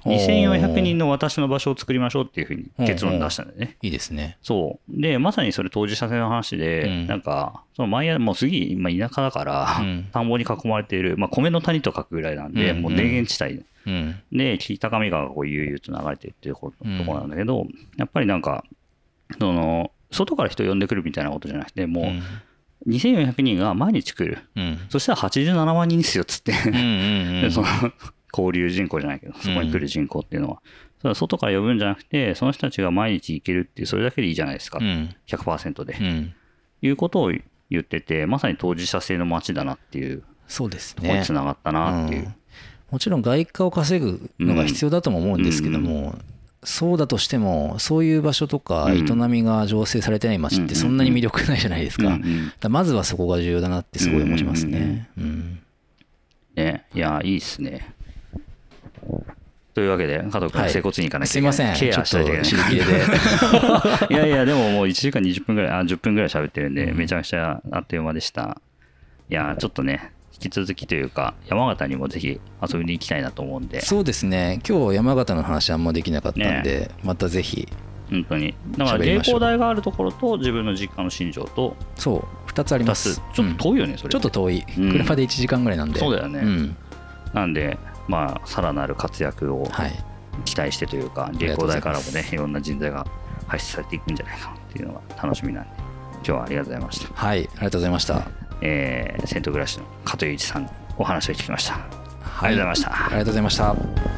2400人の私の場所を作りましょうっていうふうに結論出したんだよね。
いいですね。
そうでまさにそれ当事者性の話で、なんかその毎朝もう次今田舎だから、田んぼに囲まれている、米の谷と書くぐらいなんで、もう田園地帯で北上川がこう悠々と流れているっていうところなんだけど、やっぱりなんかその外から人呼んでくるみたいなことじゃなくて、もう2400人が毎日来る、そしたら87万人ですよっつってその交流人口じゃないけど、そこに来る人口っていうのは、それは外から呼ぶんじゃなくて、その人たちが毎日行けるっていう、それだけでいいじゃないですか、100% で、いうことを言ってて、まさに当事者性の街だなっていう、
そうですね、
ここにつながったなっていう、
もちろん外貨を稼ぐのが必要だとも思うんですけども、そうだとしてもそういう場所とか営みが醸成されてない街ってそんなに魅力ないじゃないですか。まずはそこが重要だなってすごい思いますね。
ね、いやいいっすね。というわけで加藤君、整骨院行かなきゃいけない。
すいません、
ケアしないといけない。
ちょっと尻切れで
いやいや、でももう1時間20分ぐらい、10分ぐらい喋ってるんで、めちゃくちゃあっという間でした。いや、ちょっとね、引き続きというか、山形にもぜひ遊びに行きたいなと思うんで。
そうですね、今日山形の話あんまできなかったんで、またぜひ。
本当に。だから、芸工大があるところと、自分の実家の新庄と、
そう2つあります。
ちょっと遠いよね、それ。
ちょっと遠い、車で1時間ぐらいなんで。
そうだよね。なんで、さらなる活躍を期待してというか、芸工大からもね、いろんな人材が輩出されていくんじゃないかなっていうのが楽しみなんで、今日はありがとうございました。
はい、ありがとうございました。
銭湯暮らしの加藤雄一さんにお話を聞きました。ありがとうございました。
ありがとうございました。